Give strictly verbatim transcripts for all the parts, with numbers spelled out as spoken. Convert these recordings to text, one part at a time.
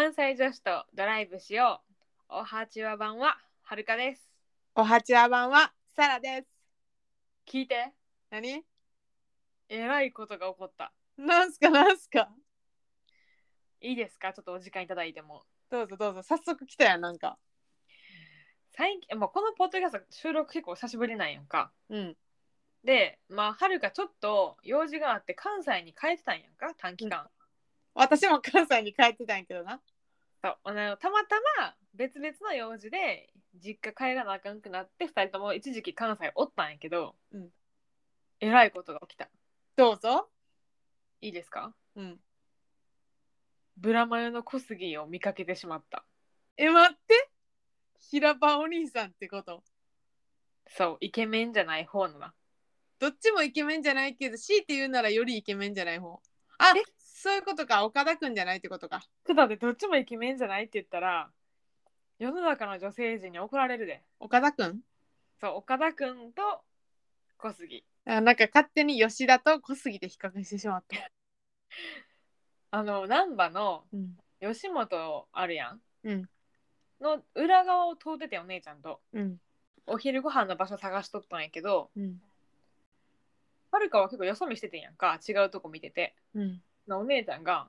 関西女子とドライブしよう。おはちわ版ははるかです。 おはちわ版はサラです。 聞いて。 何？ えらいことが起こった。 なんすかなんすか。 いいですか、ちょっとお時間いただいても。 どうぞどうぞ。早速来たやん。なんか最近、まあ、このポッドキャスト収録結構久しぶりなんやんか。 うんで、まあはるかちょっと用事があって関西に帰ってたんやんか、短期間、うん、 私も関西に帰ってたんやけどな。 そうあのたまたま別々の用事で実家帰らなあかんくなってふたりとも一時期関西おったんやけど、うん、えらいことが起きた。 どうぞ。 いいですか。 うん。 ブラマヨの小杉を見かけてしまった。 え、待って。平場お兄さんってこと？ そう、イケメンじゃない方のな。 どっちもイケメンじゃないけど、強いて言うならよりイケメンじゃない方。あ、 え、 そういうことか。岡田くんじゃないってことか。 ちょっと待って、どっちもイケメンじゃないって言ったら世の中の女性陣に怒られるで。 岡田くん？ そう、岡田くんと小杉。 あ、なんか勝手に吉田と小杉で比較してしまった。 あの難波の吉本あるやん、うん、の裏側を通っててお姉ちゃんと、うん、お昼ご飯の場所探しとったんやけど、うん、はるかは結構よそ見しててんやんか、違うとこ見てて、うん、お姉ちゃんが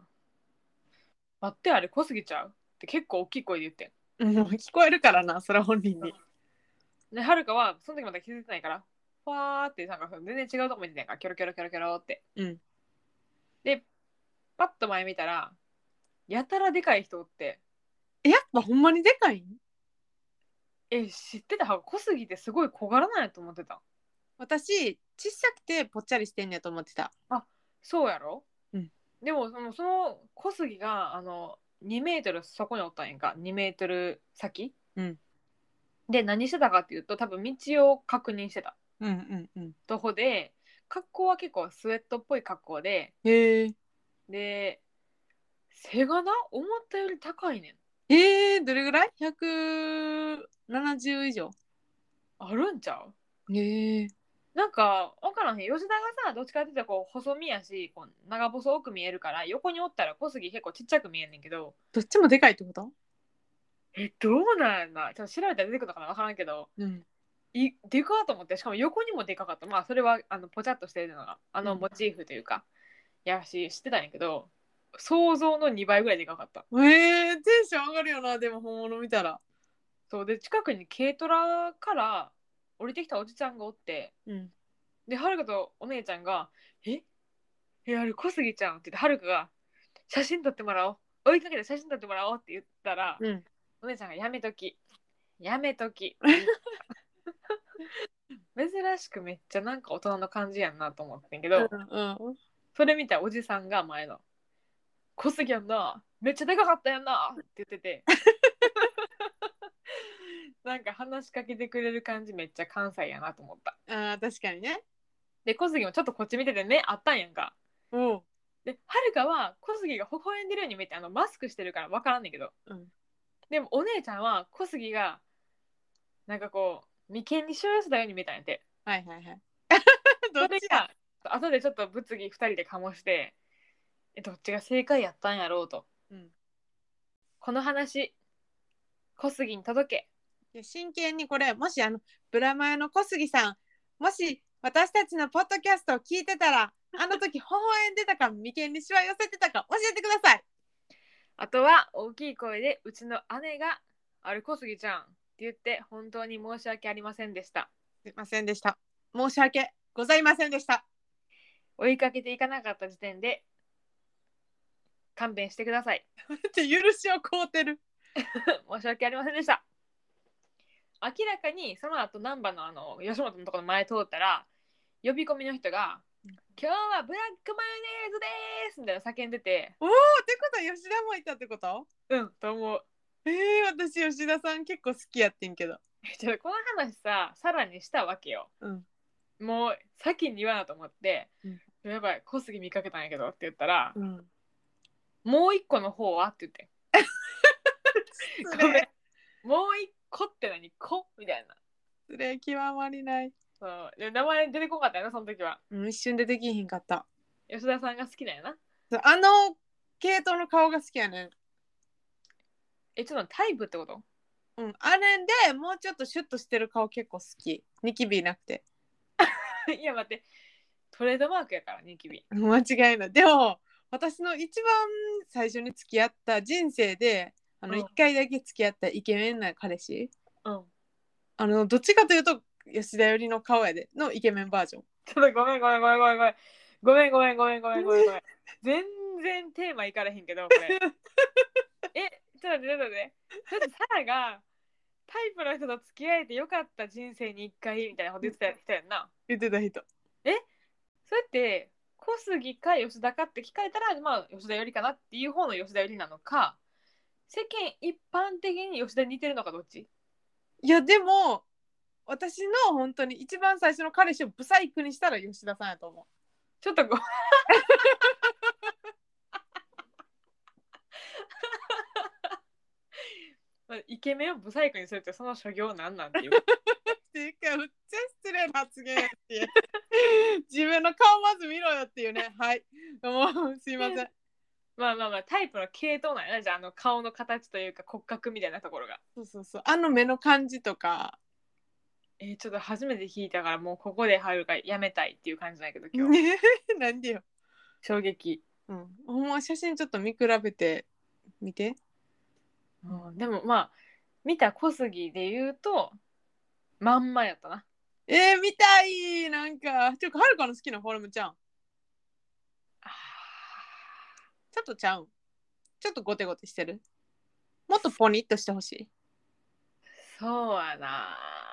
「待って、あれ小杉ちゃう？」って結構大きい声で言ってん。 もう聞こえるからな、それ本人に。 で、はるかはその時まだ気づいてないから、ファーってなんか全然違うとこ見てたんやんか、キョロキョロキョロキョロって、うん、でパッと前見たらやたらでかい人おって。 え、やっぱほんまにでかいん？ え、知ってた？小杉ってすごい小柄なんやと思ってた。 私小さくてぽっちゃりしてんねやと思ってた。 あ、そうやろ、うん、でもそのその小杉があのにメートルそこにおったんやんか、にメートル先、うん、で何してたかっていうと多分道を確認してた、うんうんうん、とこで格好は結構スウェットっぽい格好で、へー、で背がな思ったより高いねん。 えー、どれぐらい？ひゃくななじゅう以上あるんちゃう？ へえ。 なんか分からへん。吉田がさ、どっちかって言ったらこう細身やし、こう長細く見えるから横におったら小杉結構ちっちゃく見えんねんけど。 どっちもでかいってこと？ え、どうなんやな、ちょっと調べたら出てくるのかな、分からんけど、うん、いでかと思って。しかも横にもでかかった。まあそれはあのポチャっとしてるのがあのモチーフというか、うん、やし知ってたんやけど、想像のにばいぐらいでかかった。 えー、テンション上がるよな、でも本物見たら。 そうで、近くに軽トラから降りてきたおじちゃんがおって、うん、ではるかとお姉ちゃんが「ええ、あれ小杉ちゃん」って言って、はるかが写真撮ってもらおう、追いかけて写真撮ってもらおうって言ったら、うん、お姉ちゃんがやめときやめとき珍しくめっちゃなんか大人の感じやんなと思ってんけど、うんうん、それ見たおじさんが前の小杉やんな、めっちゃでかかったやんなって言っててなんか話しかけてくれる感じめっちゃ関西やなと思った。 あ、確かにね。 で小杉もちょっとこっち見てて目あったんやんか。うんで、はるかは小杉が微笑んでるように見えて、あのマスクしてるから分からんねんけど、うん、でもお姉ちゃんは小杉がなんかこう眉間にしわ寄せたように見えたんやって。 はいはいはいどっちや。それが後でちょっと物議ふたりで醸して、えどっちが正解やったんやろうと、うん、この話小杉に届け。真剣にこれ、もしあのブラマヨの小杉さん、もし私たちのポッドキャストを聞いてたら、あの時微笑んでたか眉間にしわ寄せてたか教えてください。 あとは大きい声でうちの姉があれ小杉ちゃんって言って本当に申し訳ありませんでした。 すいませんでした。申し訳ございませんでした。 追いかけていかなかった時点で勘弁してくださいって許しを請うてる申し訳ありませんでした。明らかにその後難波のあの吉本のところの前通ったら呼び込みの人が「今日はブラックマヨネーズです」みたいな叫んでて、 おお、ってことは吉田もいたってこと？ うんと思う。 えー、私吉田さん結構好きやってんけど。 ちょっとこの話ささらにしたわけよ、うん、もう先に言わなと思って、うん、やばい小杉見かけたんやけどって言ったら、うん、もう一個の方はって言ってごめん、もう一個って何子みたいな。 それ極まりない。 そうで名前出てこなかったよなその時は、 うん、一瞬出てきひんかった。 吉田さんが好きだよな。 あの系統の顔が好きやねん。 え、ちょっとタイプってこと？ うん、あれでもうちょっとシュッとしてる顔結構好き。ニキビなくて。 いや待って、トレードマークやからニキビ。 間違いない。でも私の一番最初に付き合った人生であの一、うん、回だけ付き合ったイケメンな彼氏、うん、あのどっちかというと吉田よりの顔やでのイケメンバージョン。 ちょっとごめんごめんごめんごめんごめんごめんごめんごめんごめんごめんごめん全然テーマいかれへんけどこれえ、ちょっと待ってちょっと待ってちょっとサラがタイプの人と付き合えてよかった人生に一回みたいなこと言ってた人やんな。 言ってた人。 え、それって小杉か吉田かって聞かれたらまあ吉田よりかなっていう方の吉田よりなのか、世間一般的に吉田に似てるのかどっち？ いやでも私の本当に一番最初の彼氏をブサイクにしたら吉田さんやと思う。 ちょっとごイケメンをブサイクにするってその所業なんなんていうっていうかめっちゃ失礼な発言やって自分の顔まず見ろよっていうね。はい、もうすいません。 まあまあまあタイプの系統なんやな。じゃあ、あの顔の形というか骨格みたいなところが。 そうそうそう、あの目の感じとか。 えー、ちょっと初めて聞いたからもうここで入るからやめたいっていう感じだけど今日なんでよ。 衝撃。 うん、ほんま写真ちょっと見比べて見て。 うん、でもまあ見た小杉で言うとまんまやったな。 えー、見たい。なんかちょっとはるかの好きなフォルムちゃん。あちょっとちゃうんちょっとゴテゴテしてる。もっとポニッとしてほしい。 そうやな。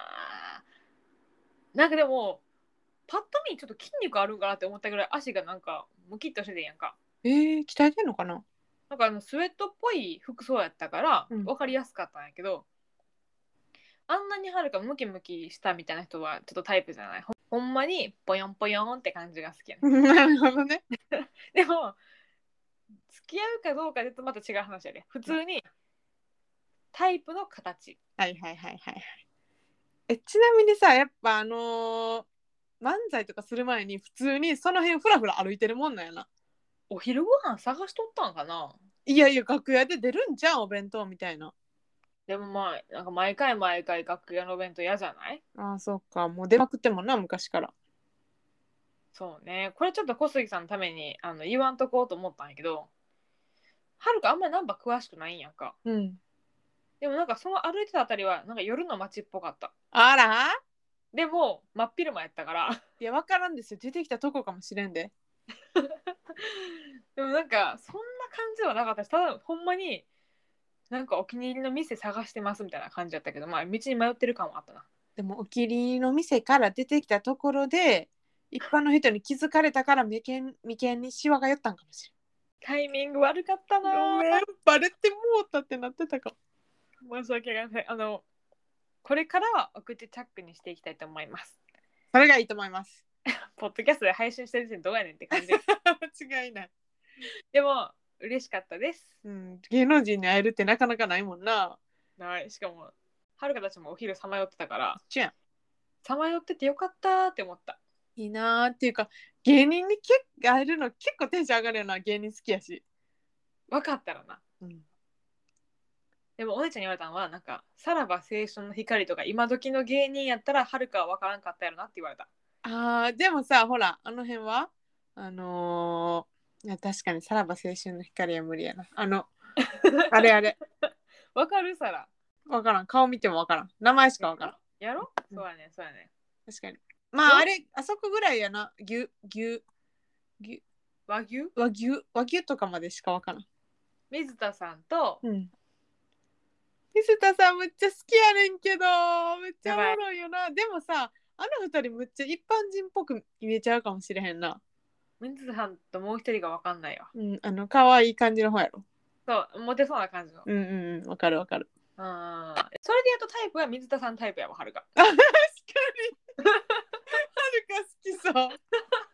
なんかでもパッと見ちょっと筋肉あるんかなって思ったぐらい足がなんかムキッとしててんやんか。 えー、鍛えてんのかな。 なんかあのスウェットっぽい服装やったから分かりやすかったんやけど、うん、あんなにはるかムキムキしたみたいな人はちょっとタイプじゃない。ほ, ほんまにポヨンポヨンって感じが好きやねなるほどねでも付き合うかどうかでとまた違う話やで、普通にタイプの形。 はいはいはいはい。えちなみにさ、やっぱあのー、漫才とかする前に普通にその辺フラフラ歩いてるもんなんやな。 お昼ご飯探しとったんかな。 いやいや楽屋で出るんじゃんお弁当みたいな。 でもまあなんか毎回毎回楽屋のお弁当嫌じゃない？ ああそっか、もう出まくってもな昔から。 そうね、これちょっと小杉さんのためにあの言わんとこうと思ったんやけど、はるかあんまりナンバ詳しくないんやんか。うん。でもなんかその歩いてたあたりはなんか夜の街っぽかった。 あらでも真っ昼間やったからいや分からんですよ、出てきたとこかもしれんででもなんかそんな感じはなかったし、ただほんまになんかお気に入りの店探してますみたいな感じだったけど、まあ道に迷ってる感はあったな。 でもお気に入りの店から出てきたところで一般の人に気づかれたから眉間眉間にシワが寄ったんかもしれん。 タイミング悪かったな。 ごめんバレてもうたってなってたかも。申し訳ない。あのこれからはお口チャックにしていきたいと思います。 それがいいと思いますポッドキャストで配信してる時点でどうやねんって感じ間違いない。 でも嬉しかったです、 うん、芸能人に会えるってなかなかないもんな。 ない。しかもはるかたちもお昼さまよってたからさまよっててよかったって思った。 いいなーっていうか芸人に会えるの結構テンション上がるよな。芸人好きやし。 分かったらな、うん、でもお姉ちゃんに言われたのはなんかさらば青春の光とか今時の芸人やったらはるかは分からんかったやろなって言われた。 あーでもさほらあの辺はあのー、いや確かにさらば青春の光は無理やな。あのあれあれ分かるさら分からん、顔見ても分からん、名前しか分からん。 やろ、うん、そうやねそうやね。 確かにまああれあそこぐらいやな。牛牛牛和牛和牛和牛とかまでしか分からん。 水田さんと、うん、 水田さんめっちゃ好きやねんけどめっちゃおもろいよな。でもさあの二人めっちゃ一般人っぽく見えちゃうかもしれへんな。 水田さんともう一人が分かんないわ。 うん、あの可愛い感じの方やろ。 そうモテそうな感じの。 うんうん分かる分かる。 あそれで言うとタイプは水田さんタイプやわはるか。 確かにはるか好き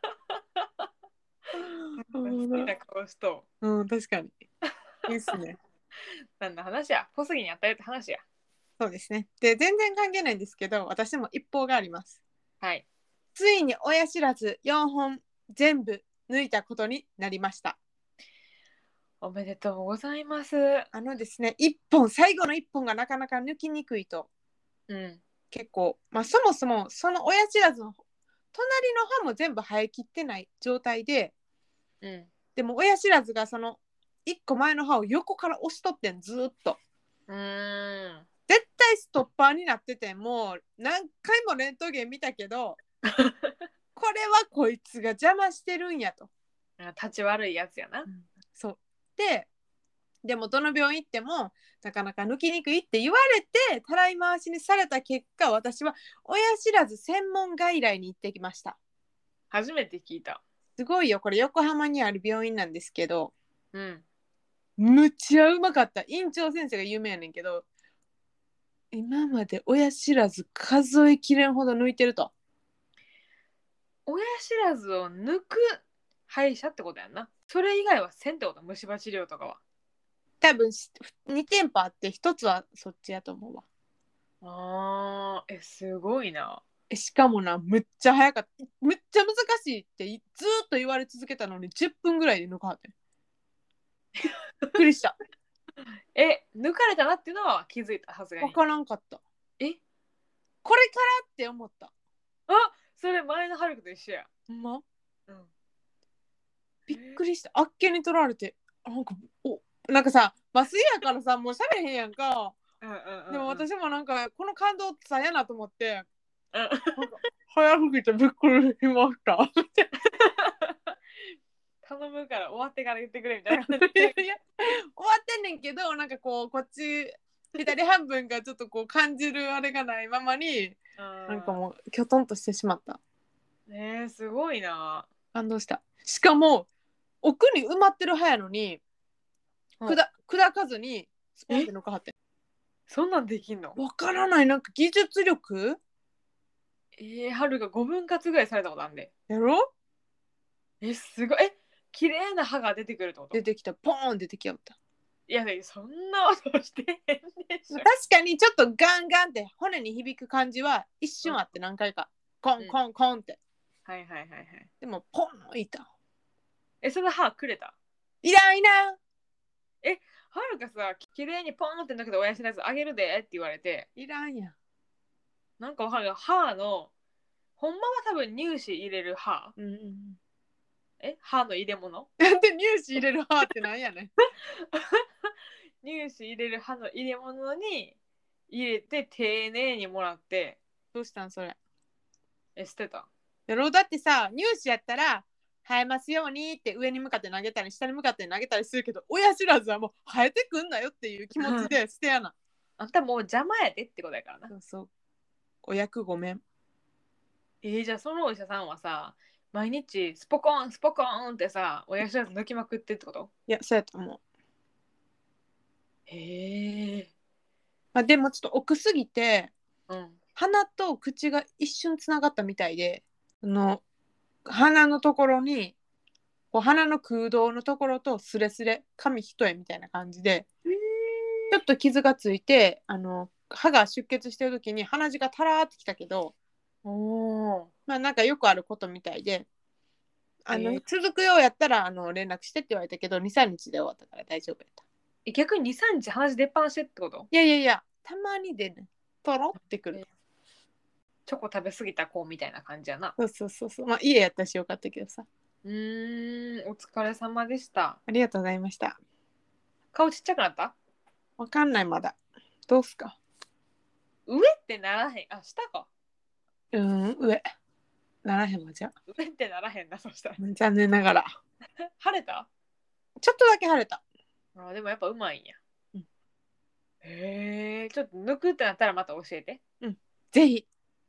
そう好きな顔しとうん確かにいいっすね何の話や、小杉にあったよって話や。 そうですね。で全然関係ないんですけど私も一報があります。 はい。 ついに親知らずよんほん全部抜いたことになりました。 おめでとうございます。 あのですね、一本最後の一本がなかなか抜きにくいと、 うん、 結構、まあ、そもそもその親知らずの隣の歯も全部生えきってない状態で、うん、でも親知らずがそのいっこまえの歯を横から押しとってん、ずっと。うーん、絶対ストッパーになってて、もう何回もレントゲン見たけどこれはこいつが邪魔してるんやと。 立ち悪いやつやな、うん、 そうで、でもどの病院行ってもなかなか抜きにくいって言われてたらい回しにされた結果、私は親知らず専門外来に行ってきました。 初めて聞いた。 すごいよ、これ横浜にある病院なんですけど、うん、むっちゃうまかった。院長先生が有名やねんけど、今まで親知らず数えきれんほど抜いてると。 親知らずを抜く歯医者ってことやんな。それ以外はせんってこと？虫歯治療とかは。 多分に店舗あってひとつはそっちやと思うわ。 あー、え、すごいな。 え、しかもな、むっちゃ早かった。むっちゃ難しいってずっと言われ続けたのにじゅっぷんぐらいで抜かはって。びっくりした。 え、抜かれたなっていうのは気づいた、はずがに。 分からんかった。 え、 これからって思った。 あ、それ前のハルクと一緒や。 ほんま？うん。びっくりした。あっけに取られて、なんか、お、なんかさ、麻酔やからさ、もう喋れへんやんか。うんうんうんうん、でも私もなんかこの感動ってさやなと思って、うん、なんか早すぎてびっくりしました頼むから終わってから言ってくれみたいな。いや終わってんねんけど、なんかこうこっち左半分がちょっとこう感じるあれがないままになんかもうきょとんとしてしまった。 えー、すごいな。 感動した。しかも奥に埋まってる歯やのに砕かずにスポンって抜かはって。 そんなんできんの？ わからない。なんか技術力。 えー、春がごぶん割ぐらいされたことあんで。 やろ？ え、すごい。え、綺麗な歯が出てくるってこと？ 出てきた。ポーン出てきやった。 いや、そんな音してへんでしょ。 確かにちょっとガンガンって骨に響く感じは一瞬あって、何回か、うん、コンコンコンって、 うん、はいはいはいはい。 でもポンいた。 え、その歯くれた？ いらんいらん。 え、はるかさ、綺麗にポンって抜けて親知らずあげるでって言われて、 いらんやん。 なんかわかるよ、歯のほんまは多分乳歯入れる歯、うんうん、え、歯の入れ物なんで乳歯入れる歯ってなんやねん乳歯入れる歯の入れ物に入れて丁寧にもらって。 どうしたんそれ？ え、捨てたやろう。だってさ、乳歯やったら生えますようにって上に向かって投げたり下に向かって投げたりするけど、親知らずはもう生えてくんなよっていう気持ちで捨てやなあんたもう邪魔やでってことやからな。 そうそう、お役ごめん。 えー、じゃあそのお医者さんはさ、毎日スポコンスポコンってさ親知らず抜きまくってってこと？ いや、そうやと思う。 へえ。 まあ、でもちょっと奥すぎて、 うん、 鼻と口が一瞬つながったみたいで、あの鼻のところにこう鼻の空洞のところとスレスレ紙一重みたいな感じで、ちょっと傷がついて、あの歯が出血してる時に鼻血がタラーってきたけど、おまあなんかよくあることみたいで、あの、えー、続くようやったらあの連絡してって言われたけど、にさんにちで終わったから大丈夫やった。 え、逆ににさんにち鼻血出っ放しってこと？ いやいやいや、たまにでね、ポロってくる、えー、 チョコ食べ過ぎた子みたいな感じやな。 そうそうそうそう、まあ家やったしよかったけどさ。 うーん、お疲れ様でした。 ありがとうございました。 顔ちっちゃくなった？ わかんない、まだ。どうすか？ 上ってならへん。あ、下か。 うん、上。ならへんわ、じゃあ。 上ってならへんな、そしたら。 残念ながら。 晴れた？ ちょっとだけ晴れた。 あ、でもやっぱうまいんや。うん、へえ、ちょっと抜くってなったらまた教えて。 うん、ぜひ。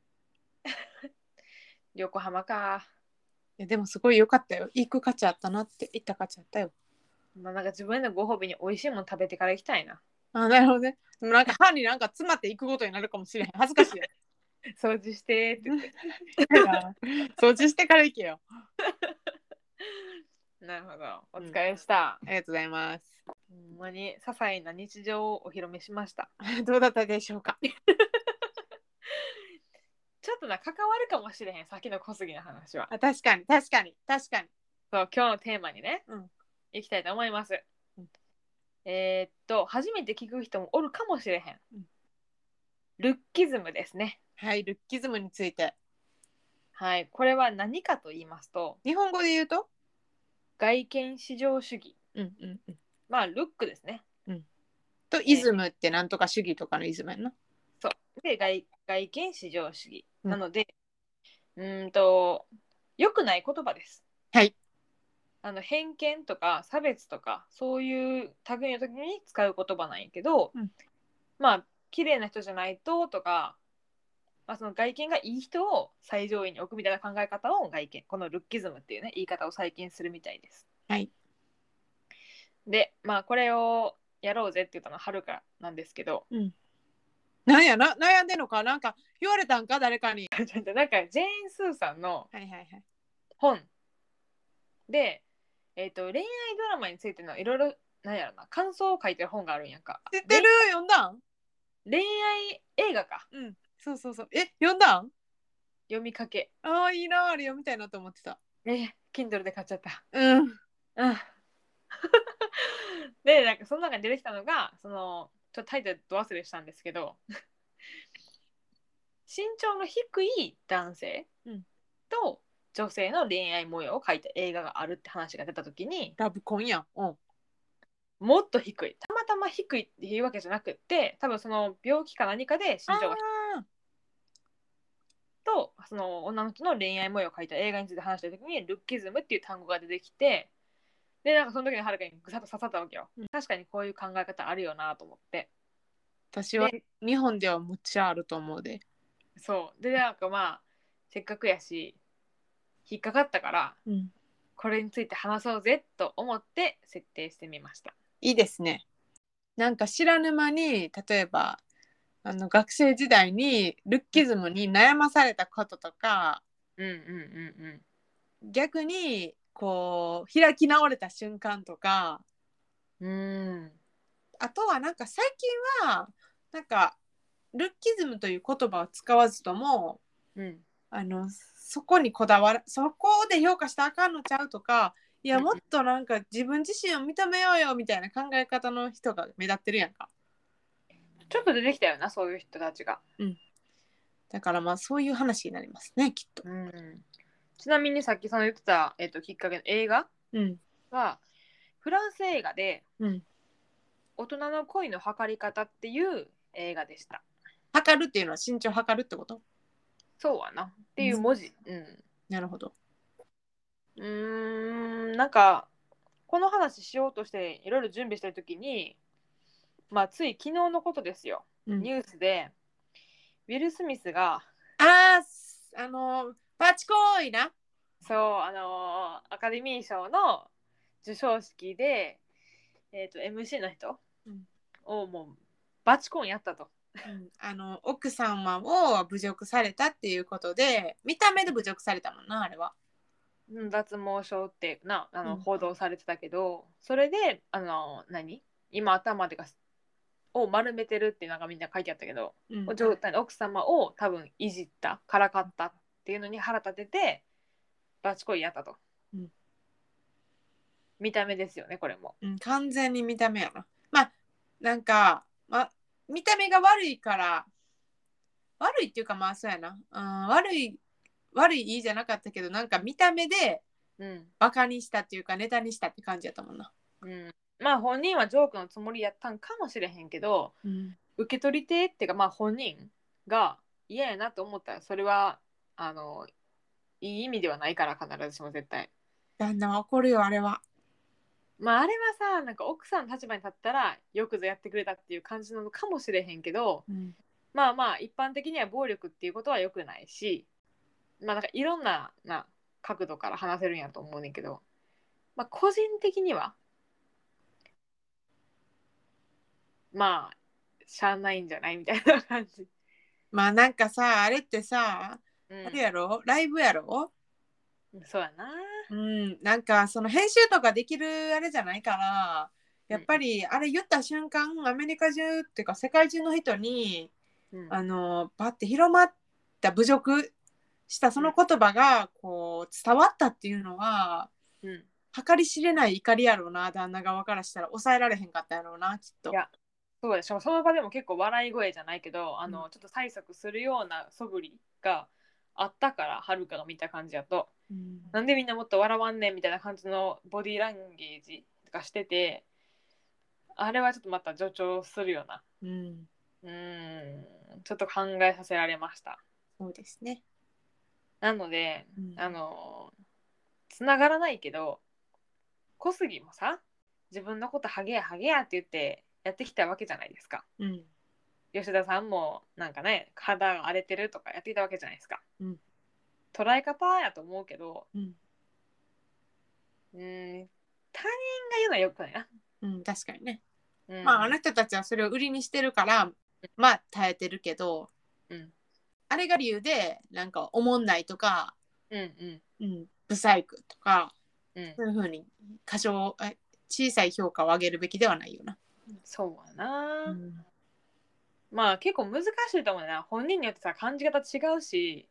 横浜か。 いやでもすごい良かったよ。行く価値あったなって、行った価値あったよ。 まあなんか自分のご褒美に美味しいもの食べてから行きたいな。 あ、なるほどね。でもなんか歯になんか詰まっていくことになるかもしれへん。恥ずかしいよ。 掃除してって言って。 掃除してから行けよ。 なるほど。お疲れした、 うん。ありがとうございます。 ほんまに些細な日常をお披露目しました。 どうだったでしょうか。 ちょっとな関わるかもしれへん、さっきの小杉の話は。 あ、確かに確かに確かに。 そう、今日のテーマにね、うん、いきたいと思います。うん、 えー、っと初めて聞く人もおるかもしれへん、うん、ルッキズムですね。 はい、ルッキズムについて。 はい、これは何かと言いますと、 日本語で言うと外見至上主義、 うんうんうん、 まあルックですね、 うん、とイズムってなんとか主義とかのイズムやな。 そうで 外, 外見至上主義、うん、なのでうんと良くない言葉です。 はい。 あの偏見とか差別とかそういう類の時に使う言葉なんやけど、うん、まあ綺麗な人じゃないととか、まあ、その外見がいい人を最上位に置くみたいな考え方を外見、このルッキズムっていうね言い方を再建するみたいです。 はい。 でまあこれをやろうぜって言ったのははるかなんですけど、 うん、なんやな悩んでんのかなんか言われたんか誰かになんかジェーン・スーさんのはいはいはい本で、えーと、恋愛ドラマについてのいろいろなんやろな感想を書いてる本があるんやんか。 知ってる、読んだん？ 恋愛映画か。 うん、そうそうそう。え、読んだん？ 読みかけ。 ああ、いいな、あれ読みたいなと思ってた。 え、Kindle で買っちゃった。 うん。うん。 で、なんかその中に出てきたのが、その、ちょっとタイトルど忘れしたんですけど、身長の低い男性と女性の恋愛模様を描いた映画があるって話が出たときに、 ラブコンやん。うん。 もっと低い。たまたま低いっていうわけじゃなくって、多分その病気か何かで身長が低い。とその女の人の恋愛模様を描いた映画について話した時にルッキズムっていう単語が出てきて、でなんかその時にはるかにぐさっと刺さったわけよ、うん、確かにこういう考え方あるよなと思って。 私は日本ではむっちゃあると思うで。 そうでなんかまあせっかくやし引っかかったから、うん、これについて話そうぜと思って設定してみました。 いいですね。なんか知らぬ間に例えばあの学生時代にルッキズムに悩まされたこととか、 うんうんうんうん、逆にこう開き直れた瞬間とか、 うん、 あとはなんか最近はなんかルッキズムという言葉を使わずとも、うん、あのそこにこだわる、そこで評価したらあかんのちゃうとか、いやもっとなんか自分自身を認めようよみたいな考え方の人が目立ってるやんか。 ちょっと出てきたよなそういう人たちが。 うん。だからまあそういう話になりますねきっと。 うん、ちなみにさっきさん言ってた、えーと、きっかけの映画は、フランス映画で、うん、大人の恋の測り方っていう映画でした。 測るっていうのは身長測るってこと？ そうはなっていう文字、うん、 なるほど。 うーんなんかこの話しようとしていろいろ準備してる時に、まあつい昨日のことですよ、うん、ニュースでウィル・スミスがああのバチコーイな、 そうあのアカデミー賞の授賞式で、えーと、エムシー の人をもうバチコンやったと、 うん、あの奥様を侮辱されたっていうことで見た目で侮辱されたもんなあれは。 脱毛症ってなあの報道されてたけど、うん、それであの何今頭でがを丸めてるってなんかみんな書いてあったけど、うん、奥様を多分いじったからかったっていうのに腹立ててバチコイやったと、うん、見た目ですよねこれも、 うん、完全に見た目やな。まあなんか、ま、見た目が悪いから悪いっていうかまあそうやな、うん、悪い悪いいいじゃなかったけどなんか見た目でバカにしたっていうかネタにしたって感じやったもんな、 うん、まあ本人はジョークのつもりやったんかもしれへんけど、うん、受け取り手っていうかまあ本人が嫌やなと思ったらそれはあのいい意味ではないから必ずしも絶対旦那は怒るよあれは。 まああれはさなんか奥さんの立場に立ったらよくぞやってくれたっていう感じなのかもしれへんけど、うん、まあまあ一般的には暴力っていうことはよくないし、まあなんかいろんなな角度から話せるんやと思うねんけど、まあ個人的にはまあしゃあないんじゃないみたいな感じ。 まあなんかさあれってさ、うん、あれやろライブやろ。 そうやな。 うん、なんかその編集とかできるあれじゃないからやっぱりあれ言った瞬間アメリカ中っていうか世界中の人に、うん、あのバッて広まった侮辱したその言葉がこう伝わったっていうのは、うん、 計り知れない怒りやろうな、旦那側からしたら抑えられへんかったやろうな、きっと。 いや、そうでしょ。その場でも結構笑い声じゃないけど、あの、うん、ちょっと催促するような素振りがあったから、はるかが見た感じだと、うん、なんでみんなもっと笑わんねんみたいな感じのボディーランゲージとかしてて、あれはちょっとまた助長するよな。うん、うーん、ちょっと考えさせられました。 そうですね。 なので、うん、あのつながらないけど、小杉もさ、自分のことハゲやハゲやって言ってやってきたわけじゃないですか。うん、吉田さんもなんかね、肌が荒れてるとかやっていたわけじゃないですか。うん、捉え方やと思うけど、うん、うーん、他人が言うのはよくないな。 うん、確かにね。うん、まああの人たちはそれを売りにしてるから、まあ耐えてるけど、うん、あれが理由でなんかおもんないとか、うんうんうん、ブサイクとか、うん、そういう風に過小小さい評価を上げるべきではないよな。 そうやな、うん、まあ結構難しいと思うな。本人によってさ感じ方違うし、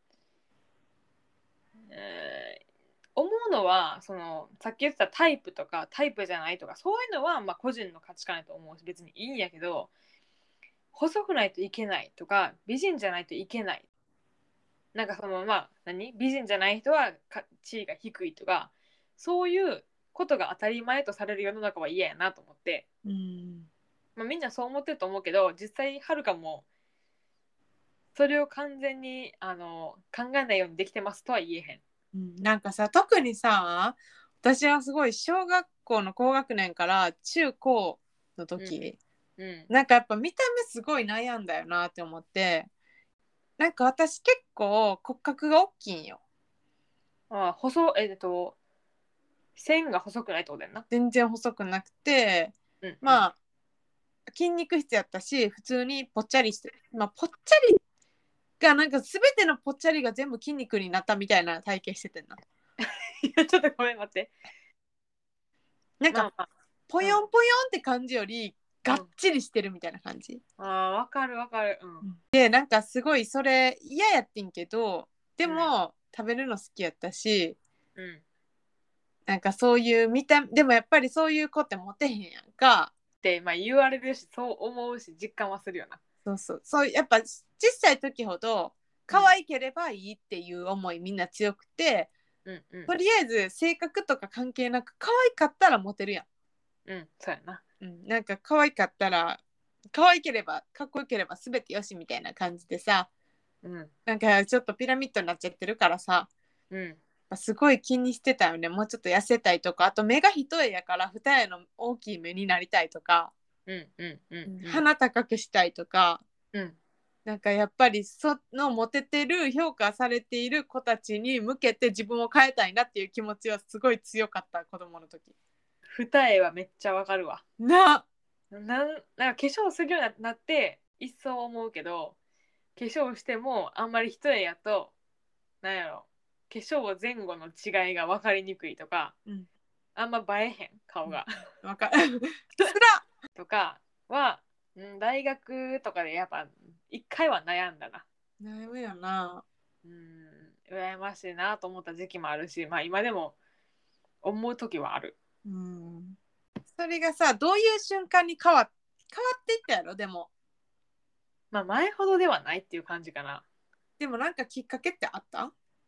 えー、思うのはそのさっき言ってたタイプとかタイプじゃないとかそういうのはまあ個人の価値観やと思うし別にいいんやけど、細くないといけないとか美人じゃないといけない、なんかそのまあ何美人じゃない人は地位が低いとかそういうことが当たり前とされる世の中は嫌やなと思って、うん、まあ、みんなそう思ってると思うけど実際はるかもそれを完全にあの考えないようにできてますとは言えへん、 うん、なんかさ特にさ私はすごい小学校の高学年から中高の時、うんうん、なんかやっぱ見た目すごい悩んだよなって思って、なんか私結構骨格が大きいんよ。 ああ細えっと線が細くないってことやんな。 全然細くなくて、うんうん、まあ筋肉質やったし普通にぽっちゃりして、まあぽっちゃりがなんか全てのぽっちゃりが全部筋肉になったみたいな体型しててんな。 いやちょっとごめん待って、 なんか、まあまあ、ポヨンポヨンって感じよりがっちりしてるみたいな感じ、 うん、あわかるわかる、うん、 でなんかすごいそれ嫌やってんけどでも、うん、食べるの好きやったし、うん、なんかそういう見たでもやっぱりそういう子ってモテへんやんかって、まあ、言われるしそう思うし実感はするよな。 そうそうそう、やっぱ小さい時ほど可愛ければいいっていう思いみんな強くて、うんうん、とりあえず性格とか関係なく可愛かったらモテるやん。 うん、そうやな、 うん、なんか可愛かったら可愛ければかっこよければ全てよしみたいな感じでさ、うん、なんかちょっとピラミッドになっちゃってるからさ、うん、すごい気にしてたよね。もうちょっと痩せたいとか、あと目が一重やから二重の大きい目になりたいとか、うんうんうんうん、鼻高くしたいとか、うん、なんかやっぱりそのモテてる評価されている子たちに向けて自分を変えたいなっていう気持ちはすごい強かった、子供の時。 二重はめっちゃわかるわななんなんか化粧するようになって一層思うけど、化粧してもあんまり一重やとなんやろ化粧前後の違いが分かりにくいとか、うん、あんま映えへん顔が、 うん、分かるつらとかは、うん、大学とかでやっぱ一回は悩んだな。 悩むよな。 うん、羨ましいなと思った時期もあるし、まあ今でも思う時はある。 うん、それがさどういう瞬間に変わ変わっていったやろ。でもまあ前ほどではないっていう感じかな。 でもなんかきっかけってあった？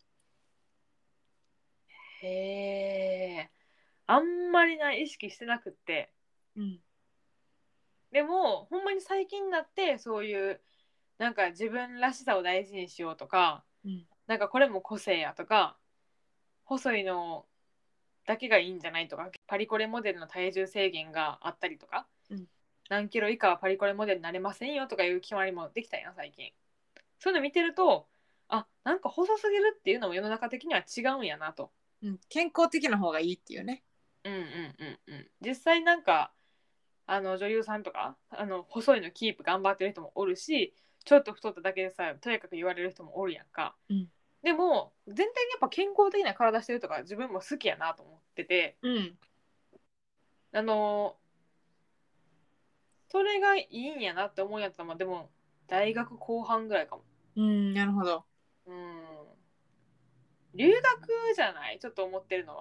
へえ、あんまりな意識してなくって、うん、でもほんまに最近になってそういうなんか自分らしさを大事にしようとか、うん、なんかこれも個性やとか細いのだけがいいんじゃないとか、パリコレモデルの体重制限があったりとか、うん、何キロ以下はパリコレモデルになれませんよとかいう決まりもできたやん最近。そういうの見てると、あ、なんか細すぎるっていうのも世の中的には違うんやなと、 うん、健康的な方がいいっていうね。 うんうんうんうん。実際なんかあの女優さんとかあの細いのキープ頑張ってる人もおるし、ちょっと太っただけでさとにかく言われる人もおるやんか、うん、でも全体にやっぱ健康的な体してるとか自分も好きやなと思ってて、うん、あのそれがいいんやなって思うんやったら、まあ、でも大学後半ぐらいかも。 うん、なるほど。 うん、留学じゃないちょっと思ってるのは。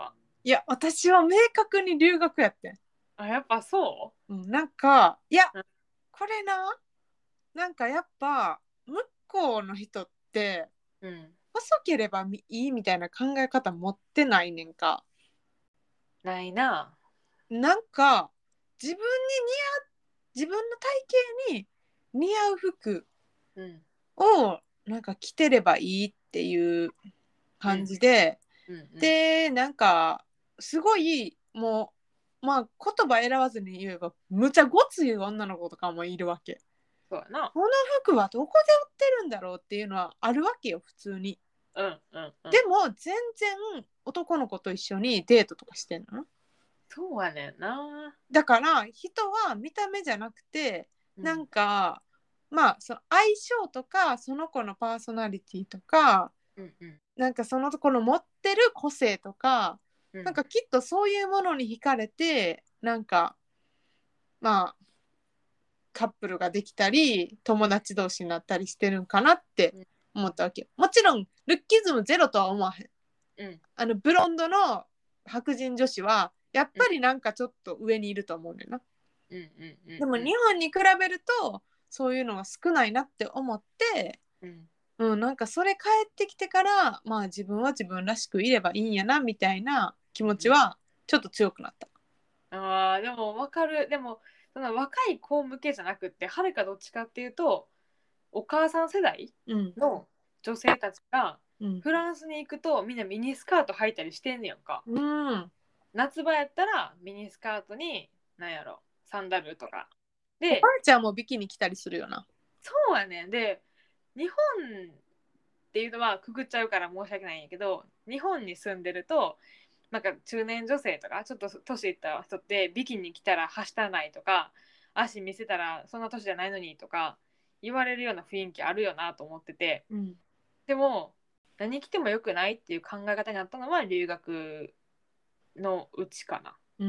いや私は明確に留学やってん。 あ、やっぱそう、うん、なんかいや、 うん、 これな、なんかやっぱ向こうの人ってうん、 細ければいいみたいな考え方持ってないねんか。 ないな。 なんか自分に似合う自分の体型に似合う服うん、 をなんか着てればいいっていううん、 感じで、 うん、うん。 でなんかすごいもうまあ言葉選ばずに言えばむちゃごつい女の子とかもいるわけ。 そうやな。 この服はどこで売ってるんだろうっていうのはあるわけよ普通に。 うん、うん、うん。 でも全然男の子と一緒にデートとかしてんの。 そうやねんな。 だから人は見た目じゃなくてうん、 なんかまあその相性とかその子のパーソナリティとかうん、うん、 なんかその子の持ってる個性とかうん、 なんかきっとそういうものに惹かれてなんかまあカップルができたり友達同士になったりしてるんかなってうん、 思ったわけよ。もちろんルッキズムゼロとは思わへん。 うん、 あのブロンドの白人女子はやっうん、 ぱりなんかちょっと上にいると思うねんな。 うん、うん、 でもうん、 日本に比べるとそういうのが少ないなって思って、 うん。 うん、なんかそれ帰ってきてからまあ自分は自分らしくいればいいんやなみたいな気持ちはちょっと強くなった。 ああ、でも分かる。でも、その若い子向けじゃなくって、はるかどっちかっていうと、お母さん世代うんの女性たちが、 うんフランスに行くとみんなミニスカート履いたりしてんねやんか。 うん夏場やったらミニスカートに、なんやろ、サンダルとか。 おばで、 あちゃんもビキニ着たりするよな。 そうやねん。で、日本っていうのはくぐっちゃうから申し訳ないんやけど、日本に住んでると、なんか中年女性とかちょっと年いった人ってビキニ着たらはしたないとか足見せたらそんな年じゃないのにとか言われるような雰囲気あるよなと思ってて、 うん、 でも何着てもよくないっていう考え方になったのは留学のうちかな。 うん、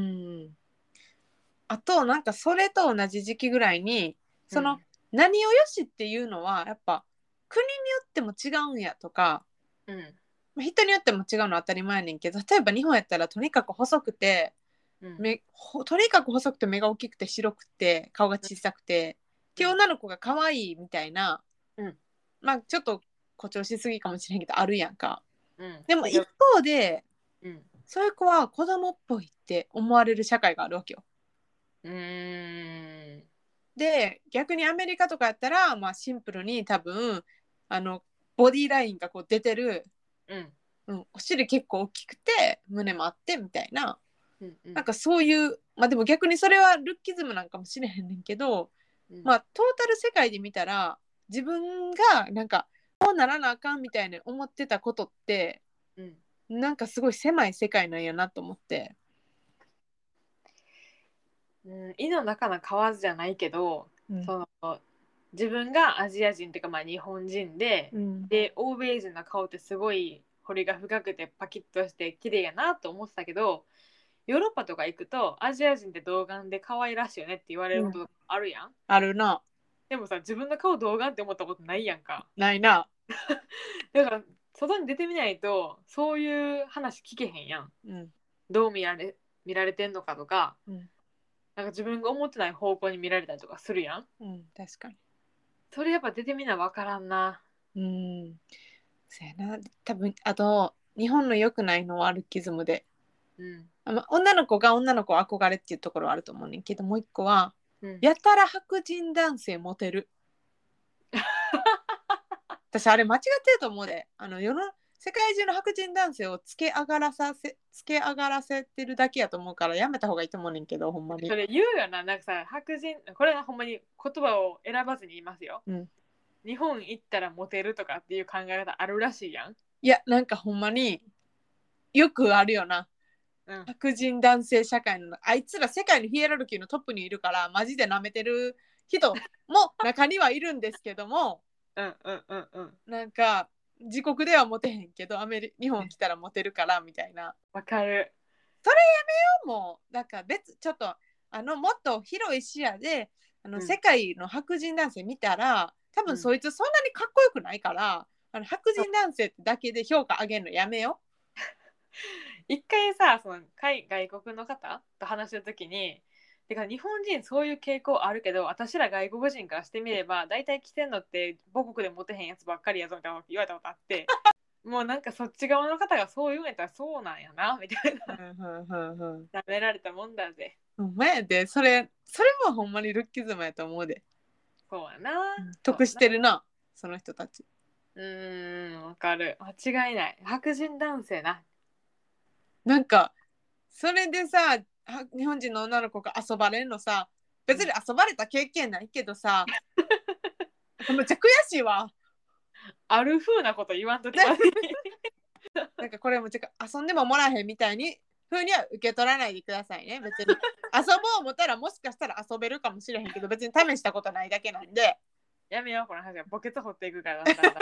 あとなんかそれと同じ時期ぐらいにその、 うん、 何をよしっていうのはやっぱ国によっても違うんやとか、 うん、 人によっても違うのは当たり前やねんけど、例えば日本やったらとにかく細くてうん、 目とにかく細くて目が大きくて白くて顔が小さくて、っていう女の子が可愛いみたいな、 うん、 まあちょっと誇張しすぎかもしれんけどあるやんか。 うん、 でも一方でうん、 そういう子は子供っぽいって思われる社会があるわけよ。 うーん、 で逆にアメリカとかやったら、まあ、シンプルに多分あのボディーラインがこう出てる、 うん、 うん、お尻結構大きくて胸もあってみたいな、 うん、うん、 なんかそういうまあでも逆にそれはルッキズムなんかもしれへんねんけど、 うん、 まあトータル世界で見たら自分がなんかこうならなあかんみたいに思ってたことってうん、 なんかすごい狭い世界なんやなと思って。 うん、胃の中の蛙じゃないけど、 うんその自分がアジア人っていうかまあ日本人で、 うん、 で欧米人の顔ってすごい彫りが深くてパキッとして綺麗やなと思ってたけど、ヨーロッパとか行くとアジア人って童顔で可愛らしいよねって言われることあるやん。 あるな。 でもさ、自分の顔童顔って思ったことないやんか。 ないな。 だから外に出てみないとそういう話聞けへんやん。 うん、 どう見られ見られてんのかとか、 うん、 なんか自分が思ってない方向に見られたりとかするやん。 うん、確かに。 それやっぱ出てみな分からんな。 うん、そうやな。多分あと日本の良くないのはルッキズムで、 うん、 あま女の子が女の子憧れっていうところはあると思うねんけど、もう一個はうん、 やたら白人男性モテる。私あれ間違ってると思うで。あの世の世界中の白人男性をつけ上がらさせつけ上がらせてるだけやと思うからやめた方がいいと思うねんけど、ほんまに。 それ言うよな。なんかさ、白人、これはほんまに言葉を選ばずに言いますよ。 うん、 日本行ったらモテるとかっていう考え方あるらしいやん。 いやなんかほんまによくあるよな。 うん、 白人男性社会のあいつら世界のヒエラルキーのトップにいるからマジで舐めてる人も中にはいるんですけども、 うんうんうんうん。 なんか自国ではモテへんけどアメリ日本来たらモテるからみたいな。 わかる。 それやめようもう。だから別ちょっとあのもっと広い視野であの、 うん、 世界の白人男性見たら多分うん、 そいつそんなにかっこよくないから、あの白人男性ってだけで評価上げるのやめよ一回さその海外国の方と話してる時にてか日本人そういう傾向あるけど私ら外国人からしてみれば大体着てんのって母国でモテへんやつばっかりやぞみたいな言われたことあってもうなんかそっち側の方がそう言うんやったらそうなんやなみたいな舐められたもんだぜ。 ほんまやでそれそれもほんまにルッキズムやと思うで。 そうやな、 得してるなその人たち。 うーんわかる間違いない白人男性な。 なんかそれでさ日本人の女の子が遊ばれんのさ別に遊ばれた経験ないけどさ、うん、めっちゃ悔しいわ。 ある風なこと言わんときなんかこれもちゃ遊んでももらえへんみたいに風には受け取らないでくださいね。別に遊ぼう思ったらもしかしたら遊べるかもしれへんけど別に試したことないだけなんでやめようこの話はボケツ掘っていくからだんだんだん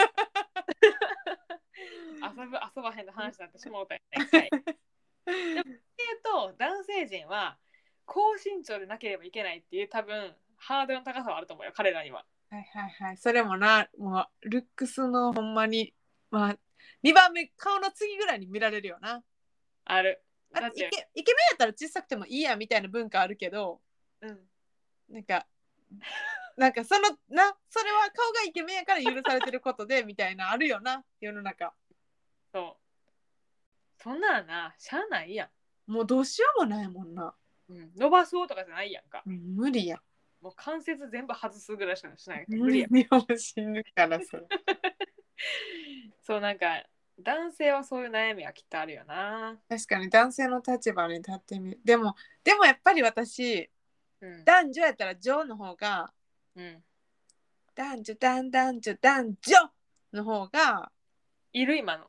遊ぶ遊ばへんの話になってしもうたんやね一回。でも言うと男性陣は高身長でなければいけないっていう多分ハードルの高さはあると思うよ彼らには。 はいはいはい。それもなもうルックスのほんまにまあにばんめ顔の次ぐらいに見られるよな。 ある。 だってイケイケメンやったら小さくてもいいやみたいな文化あるけど、うん、なんかなんかそのなそれは顔がイケメンやから許されてることでみたいなあるよな世の中。 そうそんななしゃあないやん。もうどうしようもないもんな。 うん、伸ばそうとかじゃないやんか、 うん、無理や。 もう関節全部外すぐらいしかしない無理や。死ぬからそれそうなんか男性はそういう悩みはきっとあるよな。 確かに男性の立場に立ってみる。でもでもやっぱり私、うん、男女やったら女の方が、うん、男女男男女男女の方がいる今の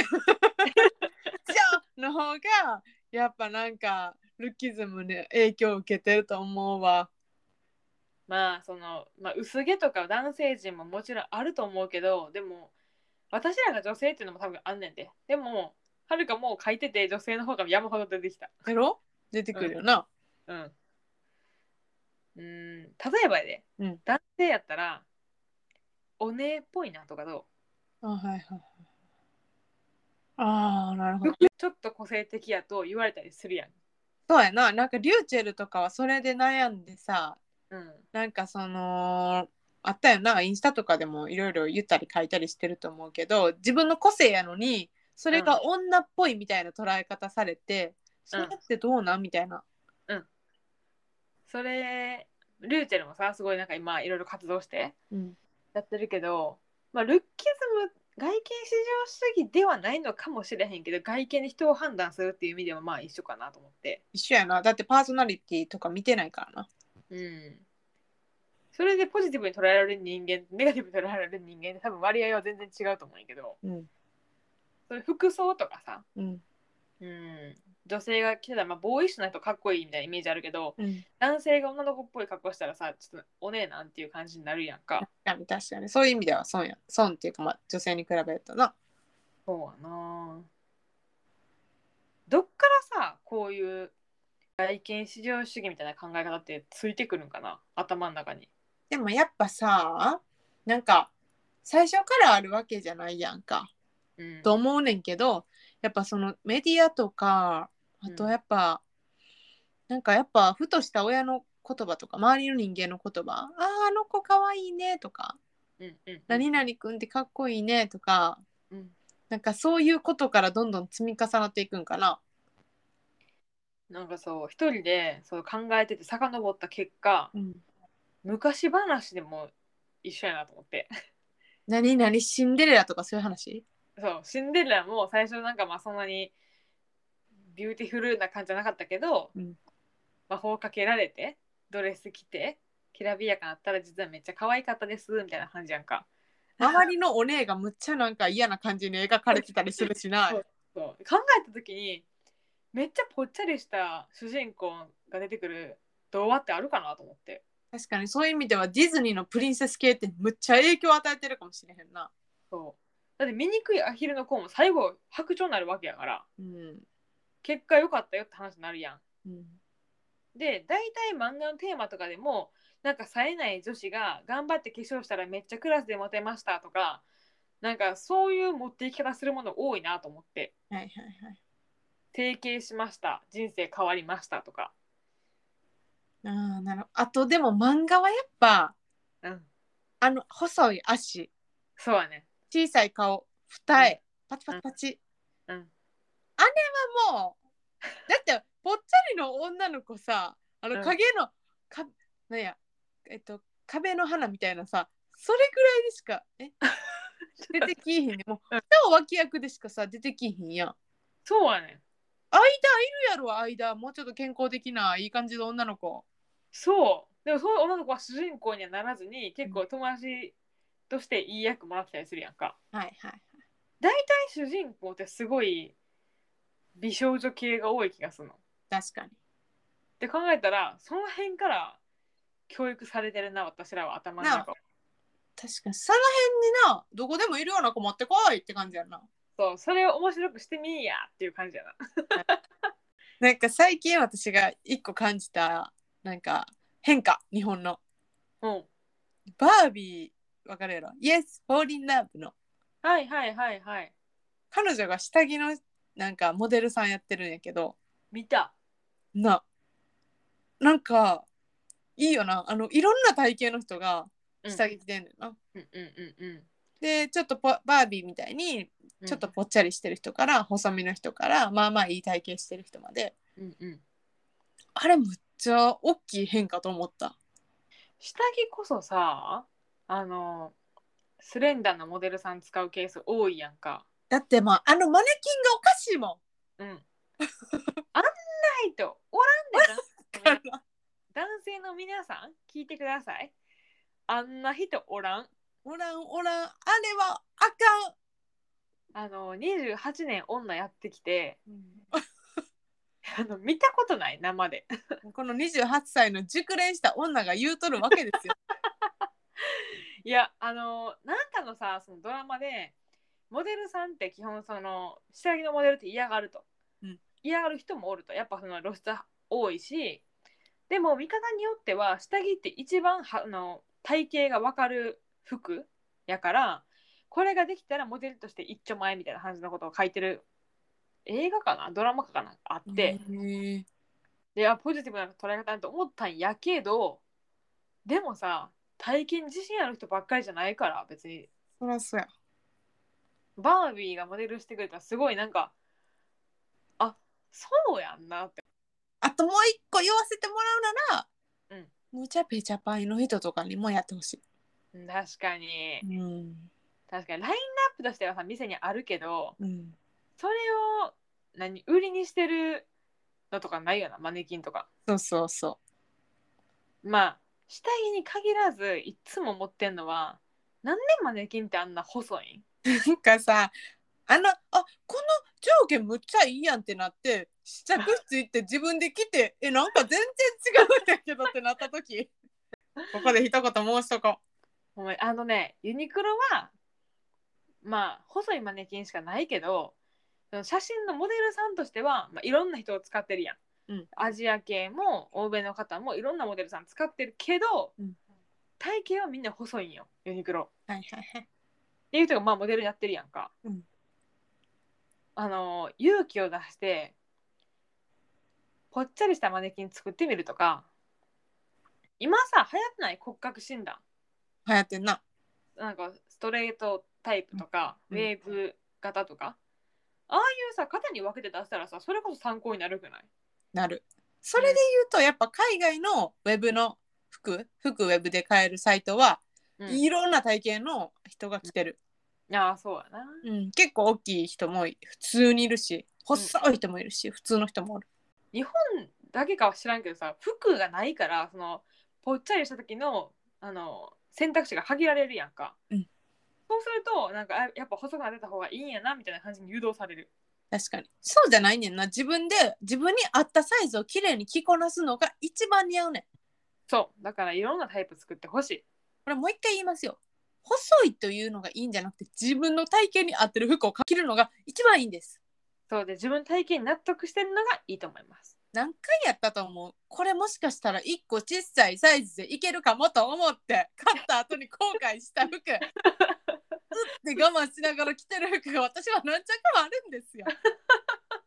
女の方がやっぱなんかルッキズムに影響を受けてると思うわ。 まあその、まあ、薄毛とか男性陣ももちろんあると思うけどでも私らが女性っていうのも多分あんねんで。でもはるかもう書いてて女性の方が山ほど出てきた。 やろ出てくるよな。 うん、うん、うん例えばやで、うん、男性やったらお姉っぽいなとかどう？あ、はいはい。ああ、なるほど。 ちょっと個性的やと言われたりするやん。 そうやな。なんかリューチェルとかはそれで悩んでさ、うん、なんかそのあったよなインスタとかでもいろいろ言ったり書いたりしてると思うけど自分の個性やのにそれが女っぽいみたいな捉え方されて、うん、それってどうなんみたいな。うんそれリューチェルもさすごいなんか今いろいろ活動してやってるけど、うんまあ、ルッキズム外見至上主義ではないのかもしれへんけど外見で人を判断するっていう意味ではまあ一緒かなと思って。 一緒やな。だってパーソナリティとか見てないからな。 うんそれでポジティブに捉えられる人間ネガティブに捉えられる人間って多分割合は全然違うと思うんやけど、うん、それ服装とかさ、うんうん、女性が着てたら、まあ、ボーイッシュな人かっこいいみたいなイメージあるけど、うん、男性が女の子っぽい格好したらさちょっとお姉なんていう感じになるやんか。 確かに確かにそういう意味では損や損っていうか、まあ、女性に比べるとな。 そうやな。どっからさこういう外見至上主義みたいな考え方ってついてくるんかな頭の中に。 でもやっぱさなんか最初からあるわけじゃないやんか、うん、と思うねんけどやっぱそのメディアとかあとやっぱ、うん、なんかやっぱふとした親の言葉とか周りの人間の言葉あーあの子かわいいねとか、うんうんうん、何々くんってかっこいいねとか、うん、なんかそういうことからどんどん積み重なっていくんかな。 なんかそう一人でそう考えてて遡った結果、うん、昔話でも一緒やなと思って何々シンデレラとかそういう話。 そうシンデレラも最初なんかまあそんなにビューティフルな感じじゃなかったけど、うん、魔法かけられてドレス着てきらびやかなったら実はめっちゃ可愛かったですみたいな感じやんか。 周りのお姉がむっちゃなんか嫌な感じに描かれてたりするしなそうそう考えた時にめっちゃぽっちゃりした主人公が出てくる童話ってあるかなと思って。 確かにそういう意味ではディズニーのプリンセス系ってむっちゃ影響を与えてるかもしれへんな。 そうだって醜いアヒルの子も最後白鳥になるわけやから、うん、結果良かったよって話になるやん、うん、で大体漫画のテーマとかでもなんか冴えない女子が頑張って化粧したらめっちゃクラスでモテましたとかなんかそういう持っていき方するもの多いなと思って、はいはいはい、 整形しました、人生変わりましたとか。 あなるあとでも漫画はやっぱ、うん、あの細い足、 そうやね、 小さい顔、二重、うん、パチパチパチ、うん、うん、あれはもうだってぽっちゃりの女の子さ、あの影の、うん、かなんやえっと壁の花みたいなさ、それぐらいでしかえ出てきひんね。もう超脇役でしかさ出てきひんやん。 そうやね、 間いるやろ、間もうちょっと健康的ないい感じの女の子。 そうでもそういう女の子は主人公にはならずに結構友達としていい役もらったりするやんか。 はいはいはい。 大体主人公ってすごい美少女系が多い気がするの。 確かに。 って考えたらその辺から教育されてるな、私らは頭の中。 確かにその辺にな、どこでもいるような子持ってこいって感じやな。 そう、それを面白くしてみーやっていう感じやな。 なんか最近私が一個感じたなんか変化、日本の、うん、バービーわかるやろ、 Yes Fall in Love の、 はいはいはいはい、 彼女が下着のなんかモデルさんやってるんやけど、 見たな、なんかいいよな、あのいろんな体型の人が下着着てんねんな、うんうんうんうん、でちょっとバービーみたいにちょっとぽっちゃりしてる人から、うん、細身の人からまあまあいい体型してる人まで、うんうん、あれむっちゃ大きい変化と思った。 下着こそさ、あのスレンダーなモデルさん使うケース多いやんか。 だってまああのマネキンがおかしいもん。うん。 あんな人おらんでな。男性の皆さん聞いてください。あんな人おらん。 おらんおらん。あれはあかん。 あのにじゅうはちねん女やってきて、うん、あの見たことない生で。 このにじゅうはっさいの熟練した女が言うとるわけですよ。 いや、あのなんかのさ、そのドラマでモデルさんって基本その下着のモデルって嫌がると、うん、嫌がる人もおると、やっぱその露出多いし、でも見方によっては下着って一番はあの体型が分かる服やから、これができたらモデルとして一丁前みたいな感じのことを書いてる映画かなドラマかなあって、でポジティブな捉え方だと思ったんやけど、でもさ体型に自信ある人ばっかりじゃないから、別にそりゃそうや。 バービーがモデルしてくれたらすごいなんか、あ、そうやんなって。 あともう一個言わせてもらうなら、うん、むちゃペチャパイの人とかにもやってほしい。 確かに、うん、確かにラインナップとしてはさ店にあるけど、うん、それを何売りにしてるのとかないよな、マネキンとか。 そうそうそう。 まあ下着に限らずいつも持ってんのは、なんでマネキンってあんな細いん？ なんかさ、あのあこの上下むっちゃいいやんってなって試着室行って自分で着てえなんか全然違うんだけどってなった時ここで一言申しとこう。あのね、ユニクロはまあ細いマネキンしかないけど、写真のモデルさんとしては、まあ、いろんな人を使ってるやん、うん、アジア系も欧米の方もいろんなモデルさん使ってるけど、うん、体型はみんな細いんよユニクロ。はいはいはい。っていう人がまあモデルやってるやんか、うん、あの勇気を出してぽっちゃりしたマネキン作ってみるとか。今さ流行ってない骨格診断。 流行ってんな。 なんかストレートタイプとか、うん、ウェーブ型とか、ああいうさ型に分けて出したらさ、それこそ参考になるくない？ なる。それで言うと、うん、やっぱ海外のウェブの服服ウェブで買えるサイトは、うん、いろんな体型の人が着てる。 うん、ああそうやな、 うん、結構大きい人も普通にいるし、細い人もいるし、うん、普通の人もおる。 日本だけかは知らんけどさ、服がないからそのぽっちゃりした時のあの選択肢が限られるやんか、うん、そうするとなんかやっぱ細くなってた方がいいんやなみたいな感じに誘導される。 確かにそうじゃないねんな。自分で自分に合ったサイズをきれいに着こなすのが一番似合うねん。 そうだからいろんなタイプ作ってほしい。 これもう一回言いますよ。細いというのがいいんじゃなくて、自分の体型に合ってる服を着るのが一番いいんです。 そうで、自分の体型に納得してるのがいいと思います。 何回やったと思う？これもしかしたらいっこ小さいサイズでいけるかもと思って買った後に後悔した服うって我慢しながら着てる服が私は何着もあるんですよ。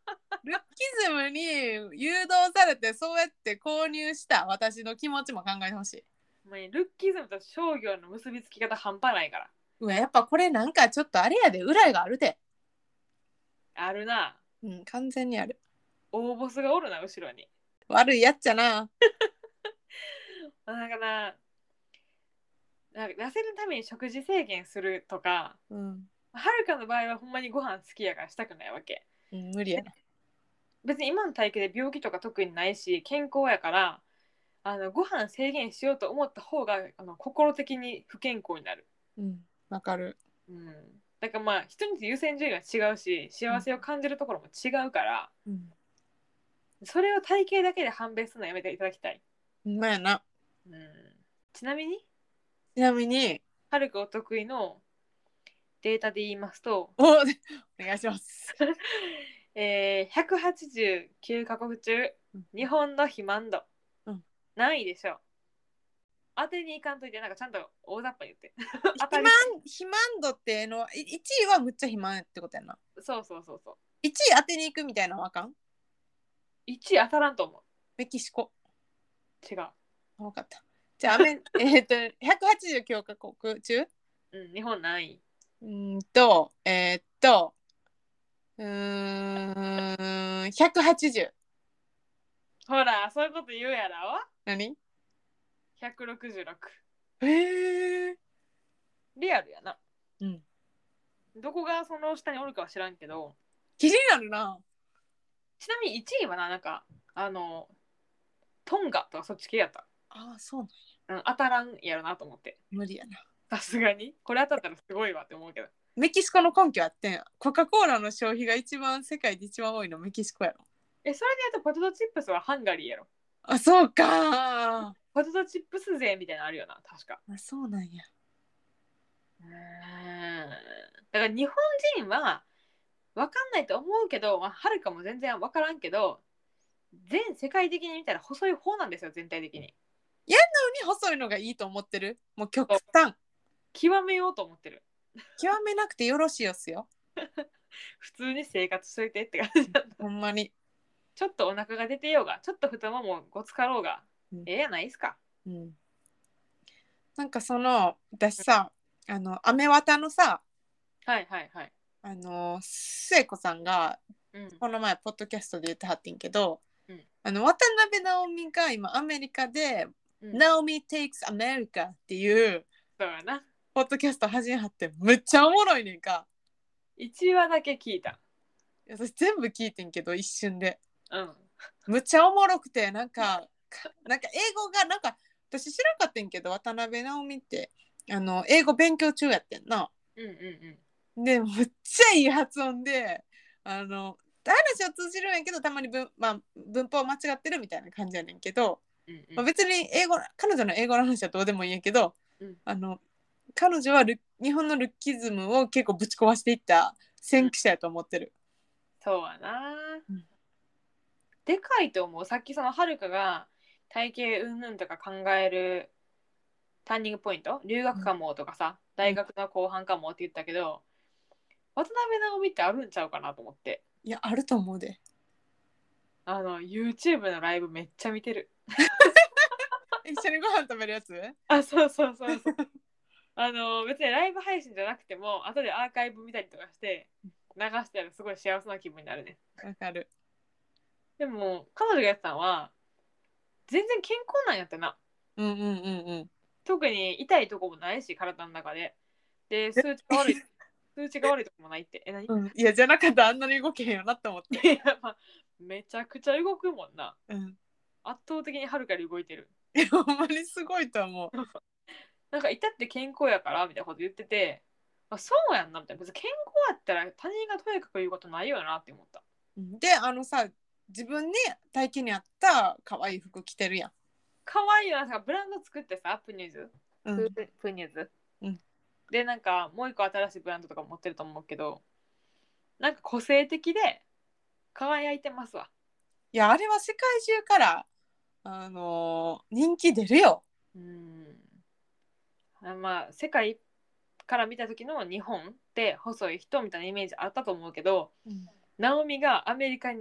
ルッキズムに誘導されてそうやって購入した私の気持ちも考えてほしい。 もうルッキズムと商業の結びつき方半端ないから。 うわやっぱこれなんかちょっとあれやで裏があるで。 あるな。 うん完全にある。 大ボスがおるな後ろに。 悪いやっちゃな。 なんかな、なんか痩せるために食事制限するとか、うん、はるかの場合はほんまにご飯好きやからしたくないわけ。 うん、無理やな。 別に今の体型で病気とか特にないし健康やからあのご飯制限しようと思った方があの心的に不健康になる。 うんわかる。 うん、だからまあ人によって優先順位が違うし幸せを感じるところも違うから、うん、それを体型だけで判別するのやめていただきたい。 ほんまやな。 うん、ちなみにちなみにはるかお得意のデータで言いますとおお願いします、 えー、ひゃくはちじゅうきゅうカ国中、うん、日本の肥満度、うん、何位でしょう。当てにいかんといてなんかちゃんと大雑把に言って肥満肥満度ってのいちいはむっちゃ肥満ってことやな。 そうそうそうそう。 いちい当てに行くみたいなのはあかん。 いちい当たらんと思う。 メキシコ。 違う。 分かった。じゃあアメえっとひゃくはちじゅうきゅうカ国中、 うん、日本何位？ うんとえー、っとうーんひゃくはちじゅう。 ほらそういうこと言うやろ。 何？ ひゃくろくじゅうろく。 へえ。 リアルやな。うん。どこがその下におるかは知らんけど気になるな。 ちなみにいちいはななんかあのトンガとかそっち系やった。 ああそうなんや、うん、当たらんやろなと思って。 無理やな。 さすがにこれ当たったらすごいわって思うけど。 メキシコの根拠あってん。コカ・コーラの消費が一番世界で一番多いのメキシコやろ。 えそれで言うとポテトチップスはハンガリーやろ。 あそうか。 ポテトチップス税みたいなのあるよな確か。 あそうなんや。 うんだから日本人は分かんないと思うけど、まあ、はるかも全然分からんけど全世界的に見たら細い方なんですよ全体的に。 やんのに細いのがいいと思ってる。もう極端。 極めようと思ってる。 極めなくてよろしいよすよ。 普通に生活しといてって感じだった。 ほんまに。 ちょっとお腹が出てようがちょっと太ももごつかろうが、うん、ええやないっすか、うん、 なんかその私さ、うん、あのアメワタのさはいはいはいあの聖子さんが、うん、この前ポッドキャストで言ってはってんけど、うん、あの渡辺直美が今アメリカで、うん、Naomi Takes America っていうそうやなポッドキャスト始めはってめっちゃおもろいねんか。 いちわだけ聞いた。 私全部聞いてんけど一瞬で、 うん、 むっちゃおもろくてなんかなんか英語がなんか私知らんかったんけど渡辺直美ってあの英語勉強中やってんな。うんうんうん。でむっちゃいい発音であの話は通じるんやけどたまに文、まあ、文法間違ってるみたいな感じやねんけど、うんうんまあ、別に英語彼女の英語の話はどうでもいいんやけど、うん、あの彼女はル日本のルッキズムを結構ぶち壊していった先駆者やと思ってる、 うん、そうやな、うん、でかいと思う。さっきそのはるかが体型うんぬんとか考えるターニングポイント留学かもとかさ、うん、大学の後半かもって言ったけど、うん、渡辺直美ってあるんちゃうかなと思って。 いやあると思うで。 あの YouTube のライブめっちゃ見てる一緒にご飯食べるやつあそうそうそうそうあの別にライブ配信じゃなくても後でアーカイブ見たりとかして流してたらすごい幸せな気分になるね。 わかる。 でも彼女がやってたのは全然健康なんやってな。 うんうんうんうん。 特に痛いとこもないし体の中でで数値が悪い数値が悪いとこもないって。え何、 うん、いやじゃなかったらあんなに動けへんよなって思って。 いや、まあ、めちゃくちゃ動くもんな、うん、圧倒的にはるかに動いてる。 ほんまにすごいと思うなんか痛って健康やからみたいなこと言ってて、あそうやんなみたいな。別に健康やったら他人がとにかく言うことないよなって思った。 であのさ自分に体型に合った可愛い服着てるやん。 可愛いよな。ブランド作ってさプニューズ、うん、プ, プニューズ、うん、でなんかもう一個新しいブランドとか持ってると思うけどなんか個性的で輝いてますわ。 いやあれは世界中からあのー、人気出るよ。 うんまあ世界から見た時の日本って細い人みたいなイメージあったと思うけど、うん、ナオミがアメリカに行っ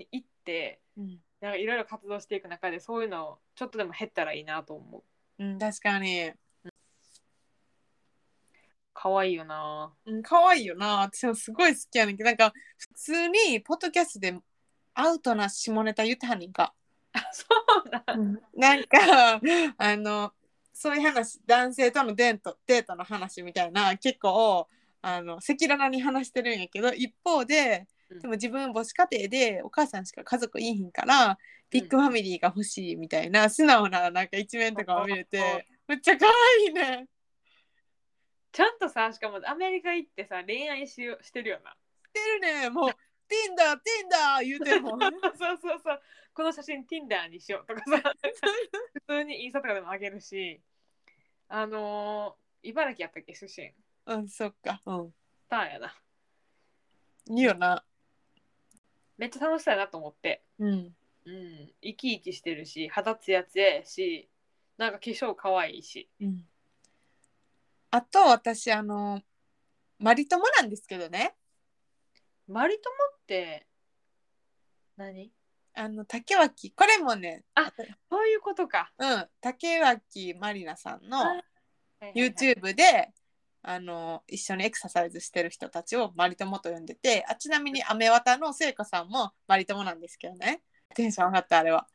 て、うん、なんかいろいろ活動していく中でそういうのちょっとでも減ったらいいなと思う。うん、確かに。 可愛いよな。 うん、可愛いよな。私もすごい好きやねんけど、なんか普通にポッドキャストでアウトな下ネタ言ってはんねんか。 そうなん、 うん、なんかあのそういう話、男性とのデートデートの話みたいな結構あの赤裸々に話してるんやけど、一方ででも自分母子家庭でお母さんしか家族いいひんからビッグファミリーが欲しいみたいな素直ななんか一面とかを見れてめっちゃ可愛いね。 ちゃんとさ、しかもアメリカ行ってさ恋愛しよしてるよな。 してるね。もう Tinder Tinder 言うてるもん。 そうそうそう、この写真 Tinder にしようとかさ普通にインスタとかでもあげるし、あのー、茨城やったっけ出身。 うん、そっか。うん。 ターンやな。 いいよな。 めっちゃ楽しそうやなと思って。 うん。 うん。生き生きしてるし、肌ツヤツヤやし、なんか化粧可愛いし。 うん。あと私あのマリ友なんですけどね。 マリ友って何？ あの竹脇、これもね、 あ、そういうことか。 うん、竹脇まりなさんの YouTube で、 はいはいはい、 あの一緒にエクササイズしてる人たちをマリ友と呼んでて、あちなみにアメワタの聖子さんもマリ友なんですけどね。テンション上がったあれは。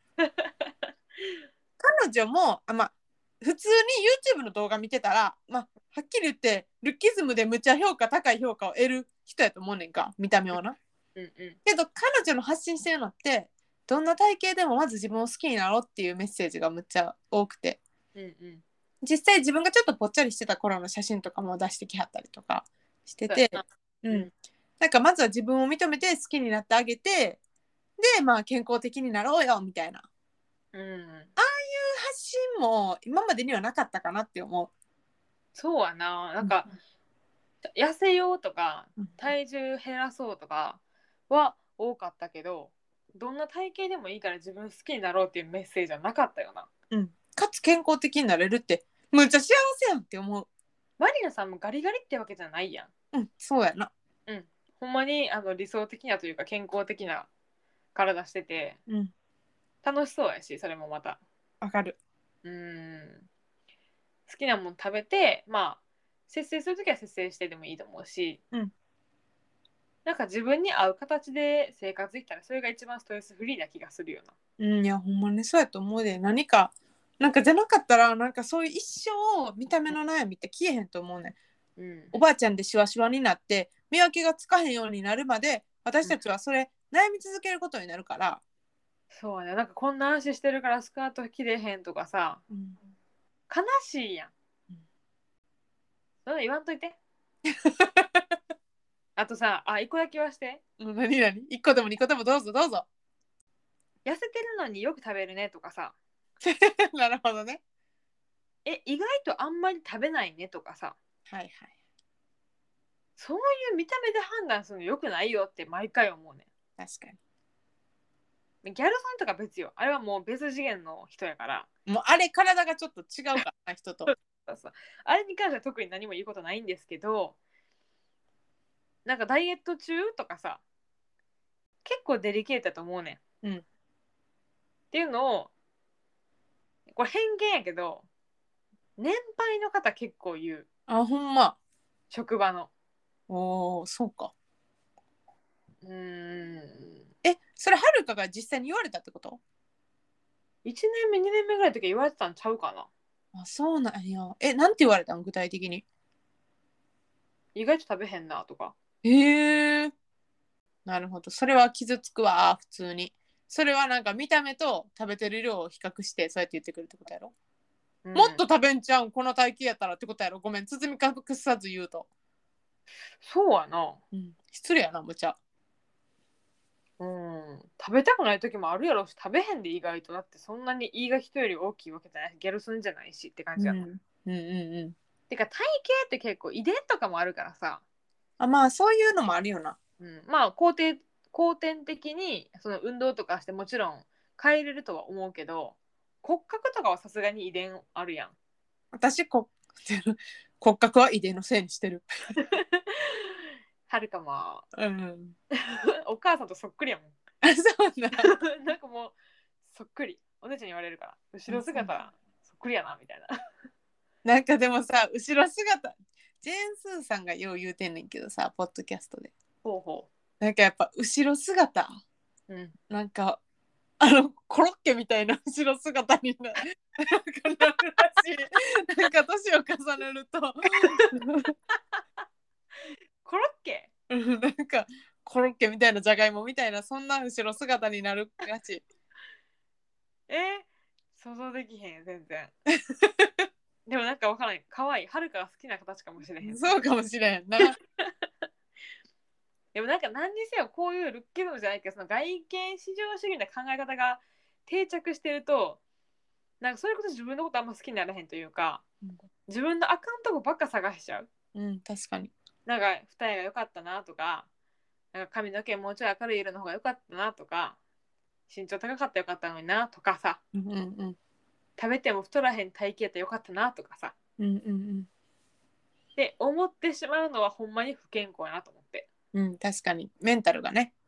彼女もあ、まあ、普通に YouTube の動画見てたら、まあ、はっきり言ってルッキズムでむちゃ評価高い評価を得る人やと思うねんか、見た目はな。 うんうん、 けど彼女の発信してるのってどんな体型でもまず自分を好きになろうっていうメッセージがむっちゃ多くて、 うんうん、 実際自分がちょっとぽっちゃりしてた頃の写真とかも出してきはったりとかしてて、うん、うん、なんかまずは自分を認めて好きになってあげて、でまあ健康的になろうよみたいな、うん、ああいう発信も今までにはなかったかなって思う。 そうやな。なんか、うん、痩せようとか体重減らそうとかは多かったけど、どんな体型でもいいから自分好きになろうっていうメッセージはなかったよな。 うん、かつ健康的になれるってむっちゃ幸せやんって思う。 マリナさんもガリガリってわけじゃないやん。 うん、そうやな。 うん、ほんまにあの理想的なというか健康的な体してて、うん、楽しそうやし、それもまたわかる。 うん、好きなもの食べて、まあ節制するときは節制してでもいいと思うし、うん、なんか自分に合う形で生活できたらそれが一番ストレスフリーな気がするよな。 うん、いやほんまにそうやと思うで、何かなんかじゃなかったらなんかそういう一生見た目の悩みって消えへんと思うね、うん、おばあちゃんでシワシワになって見分けがつかへんようになるまで私たちはそれ悩み続けることになるから、うん、 そうね。なんかこんな足してるからスカート着れへんとかさ、うん、悲しいやん、うん、それ言わんといてあとさ、あ、一個だけ言わして。 何何一個でも二個でもどうぞどうぞ。 痩せてるのによく食べるねとかさなるほどね。 え、意外とあんまり食べないねとかさ、 はいはい、 そういう見た目で判断するのよくないよって毎回思うね。 確かにギャルさんとか別よ、あれはもう別次元の人やから、 もうあれ体がちょっと違うからな人とそうそう、あれに関しては特に何も言うことないんですけど、なんかダイエット中とかさ結構デリケートだと思うねん、うん、っていうのを、これ偏見やけど年配の方結構言う。 あ、ほんま。 職場の。 おー、そうか。 うーん。 え、それはるかが実際に言われたってこと？ いちねんめにねんめぐらいの時は言われてたんちゃうかな。 あ、そうなんや。え、なんて言われたん具体的に？ 意外と食べへんなとか。 へえ。なるほど。それは傷つくわ、普通に。それはなんか見た目と食べてる量を比較してそうやって言ってくるってことやろ、うん、もっと食べんちゃうんこの体型やったらってことやろ。ごめん、包み隠さず言うと。 そうやな、 うん、失礼やなむちゃ。 うん、食べたくない時もあるやろし、食べへんで意外と。だってそんなに胃が人より大きいわけじゃない、ギャルスンじゃないしって感じやな、うん、うんうんうん。てか体型って結構遺伝とかもあるからさ。 あ、まあそういうのもあるよな、 うん、まあ肯定後天的にその運動とかしてもちろん変えれるとは思うけど、骨格とかはさすがに遺伝あるやん。 私こ骨格は遺伝のせいにしてるはるかも、 うん、 お母さんとそっくりやもん。 あ、そうな。 なんかもうそっくりお姉ちゃんに言われるから後ろ姿そっくりやなみたいな。 なんかでもさ後ろ姿ジェーンスーさんがよう言うてんねんけどさポッドキャストでほうほなんかやっぱ後ろ姿、 う、うん、 なんかあのコロッケみたいな後ろ姿になるなんかなるらしい。なんか年を重ねるとコロッケなんかコロッケみたいなじゃがいもみたいなそんな後ろ姿になるらしい。 えー、想像できへん全然でもなんかわからない可愛いはるかが好きな形かもしれへん。 そうかもしれんな。 でもなんか何にせよこういうルッキズムじゃないけどその外見至上主義な考え方が定着してるとなんかそれこそ自分のことあんま好きにならへんというか、うん、自分のあかんとこばっか探しちゃう。 うん確かに。 なんか二重が良かったなとか、なんか髪の毛もうちょい明るい色の方が良かったなとか、身長高かったらよかったのになとかさ、 うんうん、 食べても太らへん体型やったらよかったなとかさ、 うんうんうん、 って思ってしまうのはほんまに不健康やなと思って。 うん、確かにメンタルがね。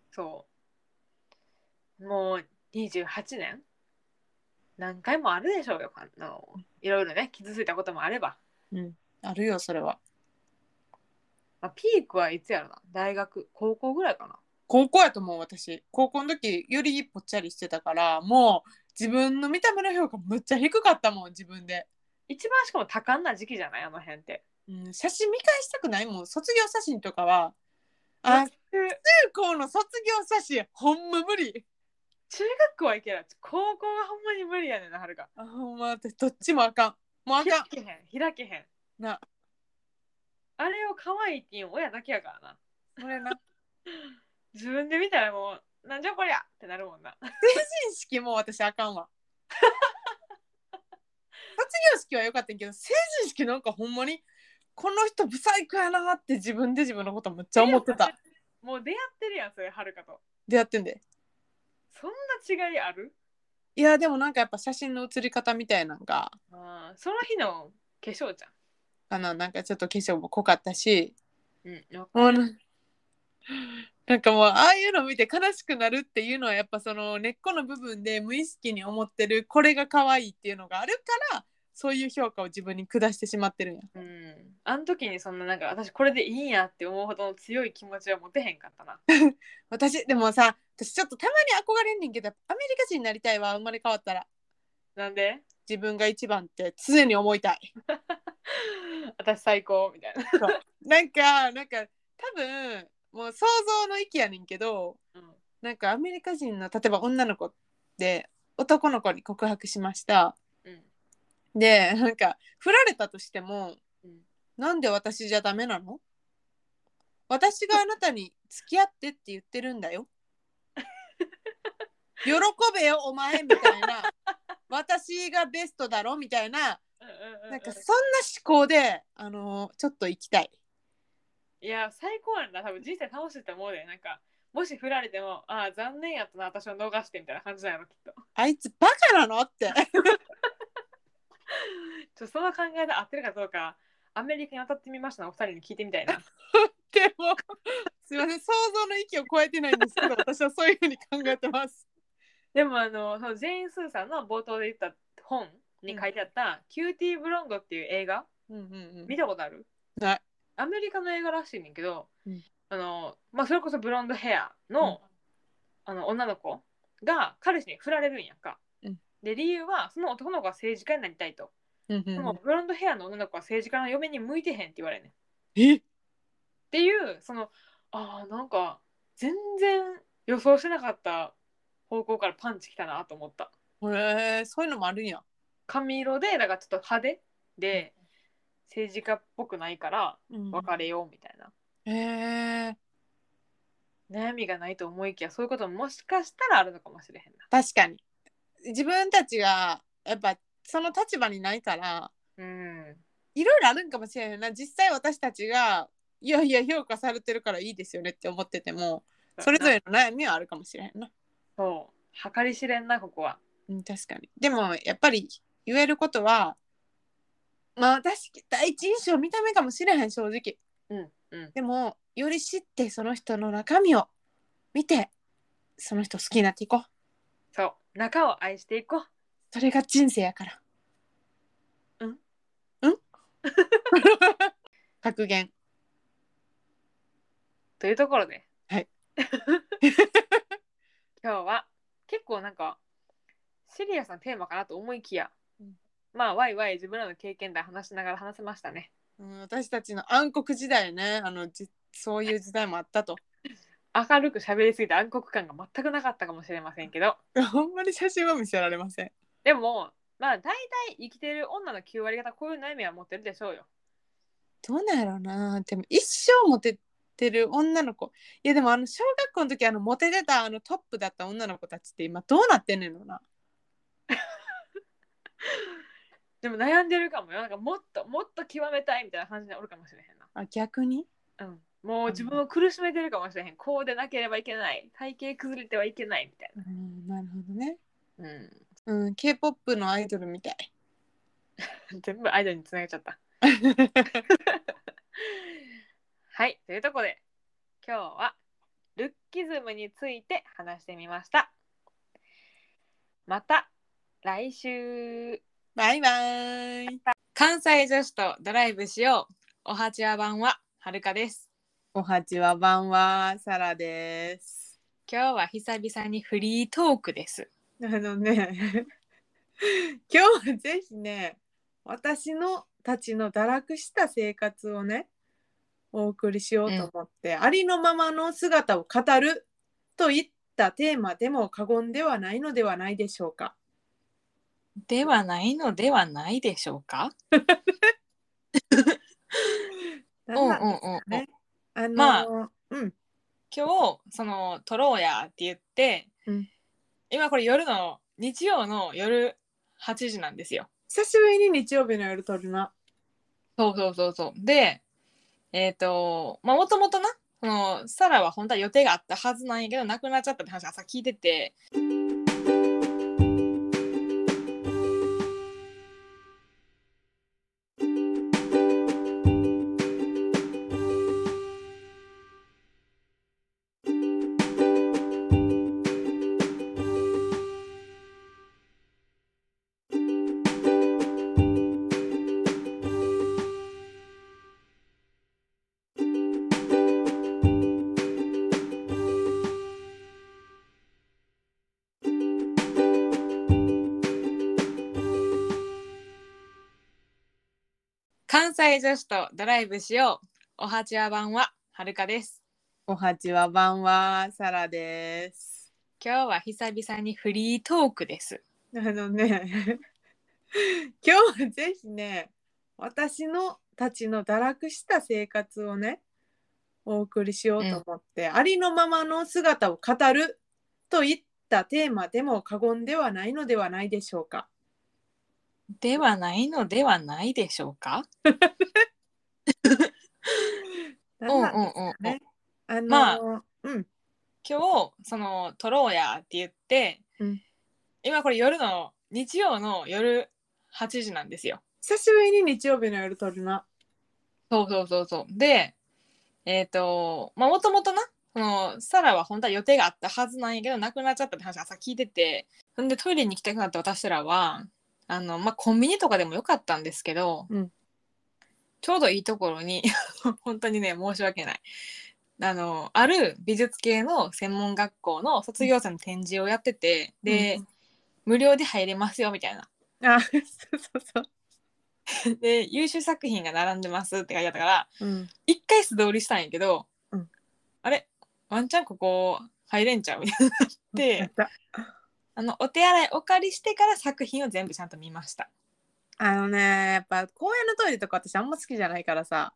そうもうにじゅうはちねん何回もあるでしょうよ、あのいろいろね傷ついたこともあれば、 うん、あるよそれは。 まあ、ピークはいつやろな、大学高校ぐらいかな。 高校やと思う。私高校の時よりぽっちゃりしてたからもう自分の見た目の評価むっちゃ低かったもん自分で。 一番しかも多感な時期じゃないあの辺って、 うん、写真見返したくないもん。卒業写真とかはあ中高の卒業写真ほんま無理。 中学校はいける、高校がほんまに無理やねんなはるか。 あほんま私どっちもあかん。もうあかん。 開けへん開けへんなあれを可愛いって言う親だけやからな。 それな。 自分で見たらもうなんじゃこりゃってなるもんな。 成人式も私あかんわ。卒業式は良かったんけど成人式なんかほんまにこの人ブサイクやなって自分で自分のことめっちゃ思ってた。 もう出会ってるやんそれはるかと。 出会ってんで。 そんな違いある？ いやでもなんかやっぱ写真の写り方みたいなのがあその日の化粧じゃんかな。なんかちょっと化粧も濃かったし、 うん、 もうなんかもうああいうの見て悲しくなるっていうのはやっぱその根っこの部分で無意識に思ってるこれが可愛いっていうのがあるからそういう評価を自分に下してしまってるんや。 うん、あの時にそんななんか私これでいいんやって思うほどの強い気持ちは持てへんかったな。 私でもさ私ちょっとたまに憧れんねんけどアメリカ人になりたいわ生まれ変わったら。 なんで？ 自分が一番って常に思いたい。 私最高みたいな。 なんかなんか多分もう想像の域やねんけど、うん、なんかアメリカ人の例えば女の子で男の子に告白しました、うん、でなんか振られたとしても、うん、なんで私じゃダメなの？私があなたに付き合ってって言ってるんだよ喜べよお前みたいな私がベストだろみたいな、なんかそんな思考であのー、ちょっと行きたい。 いや最高やんな、多分人生楽しいと思うで。なんかもし振られてもああ残念やったな私を逃してみたいな感じなのきっと。 あいつバカなのってちょその考えで合ってるかどうかアメリカに渡ってみましたのお二人に聞いてみたいな。 でもすいません想像の域を超えてないんですけど私はそういうふうに考えてます。 でもあのそのジェーン・スーさんの冒頭で言った本に書いてあった、うん、キューティー・ブロンドっていう映画、うんうんうん、見たことある？ ない。 アメリカの映画らしいねんけど、うん、あのまあ、それこそブロンドヘアの、うん、あの女の子が彼氏に振られるんやんか、うん、で理由はその男の子は政治家になりたいと、うんうんうん、でもブロンドヘアの女の子は政治家の嫁に向いてへんって言われんねん。 えっていうそのあーなんか全然予想してなかった方向からパンチきたなと思った。 へえそういうのもあるんや。 髪色でだからちょっと派手で政治家っぽくないから別れようみたいな、 うん、へえ悩みがないと思いきやそういうことももしかしたらあるのかもしれへんな。 確かに自分たちがやっぱその立場にないからうんいろいろあるんかもしれへんな。実際私たちがいやいや評価されてるからいいですよねって思っててもそれぞれの悩みはあるかもしれへんな。 そう計り知れんなここは、 うん、確かに。でもやっぱり言えることはまあ私第一印象見た目かもしれへん正直、うんうん、でもより知ってその人の中身を見てその人好きになっていこう。 そう、仲を愛していこう。 それが人生やから。 うんうん格言というところで、 はい今日は結構なんかシリアスなテーマかなと思いきや、うん、まあワイワイ自分らの経験談話しながら話せましたね。 うん、私たちの暗黒時代ね、あのじそういう時代もあったと。 明るく喋りすぎて暗黒感が全くなかったかもしれませんけど、 ほんまに写真は見せられません。 でもまあ大体生きてる女のきゅう割方こういう悩みは持ってるでしょうよ。 どうなんやろうな。でも一生モテてる女の子、いやでもあの小学校の時あのモテてたあのトップだった女の子たちって今どうなってんねんのな。 でも悩んでるかもよ。なんかもっともっと極めたいみたいな感じでおるかもしれへんな。 あ、逆に、 うん、もう自分を苦しめてるかもしれへん。こうでなければいけない。体型崩れてはいけないみたいな。 うん、なるほどね。 うん、 うん、K-ポップ のアイドルみたい。 全部アイドルにつなげちゃった。はい、というところで今日はルッキズムについて話してみました。また来週。 バイバイ。 関西女子とドライブしよう。おはちわ版ははるかです。 おはちわ版はサラです。 今日は久々にフリートークです。 あのね今日はぜひね、私のたちの堕落した生活をねお送りしようと思って、うん、ありのままの姿を語るといったテーマでも過言ではないのではないでしょうか。 ではないのではないでしょうか。 なんなんですかね。あのー、 まあ、うん、今日その撮ろうやって言って、うん、今これ夜の日曜の夜はちじなんですよ。 久しぶりに日曜日の夜撮るな。 そうそうそうそう。で、えっ、ー、とまあもともとな、そのサラは本当は予定があったはずなんやけどなくなっちゃったって話朝聞いてて。関西女子とドライブしよう。おはちわ版ははるかです。 おはちわ版はサラです。 今日は久々にフリートークです。 あのね今日はぜひね、私のたちの堕落した生活をねお送りしようと思って、うん、ありのままの姿を語るといったテーマでも過言ではないのではないでしょうか。 ではないのではないでしょうか。 なんなんですかね。あのー、 まあ、うん、今日その撮ろうやって言って、うん、今これ夜の日曜の夜はちじなんですよ。 久しぶりに日曜日の夜撮るな。 そうそうそうそう。で、えっ、ー、とまあもともとな、そのサラは本当は予定があったはずなんやけどなくなっちゃったって話朝聞いてて、そんでトイレに行きたくなった私らはあの、まあ、コンビニとかでもよかったんですけど、うん、ちょうどいいところに本当にね申し訳ないあのある美術系の専門学校の卒業生の展示をやってて、うん、で、うん、無料で入れますよみたいな。 あ、そうそうそうで優秀作品が並んでますって書いてあったから、うん、一回素通りしたんやけど、うん、あれワンチャンここ入れんちゃうみたいになってあのお手洗いお借りしてから作品を全部ちゃんと見ました。 あのねやっぱ公園のトイレとか私あんま好きじゃないからさ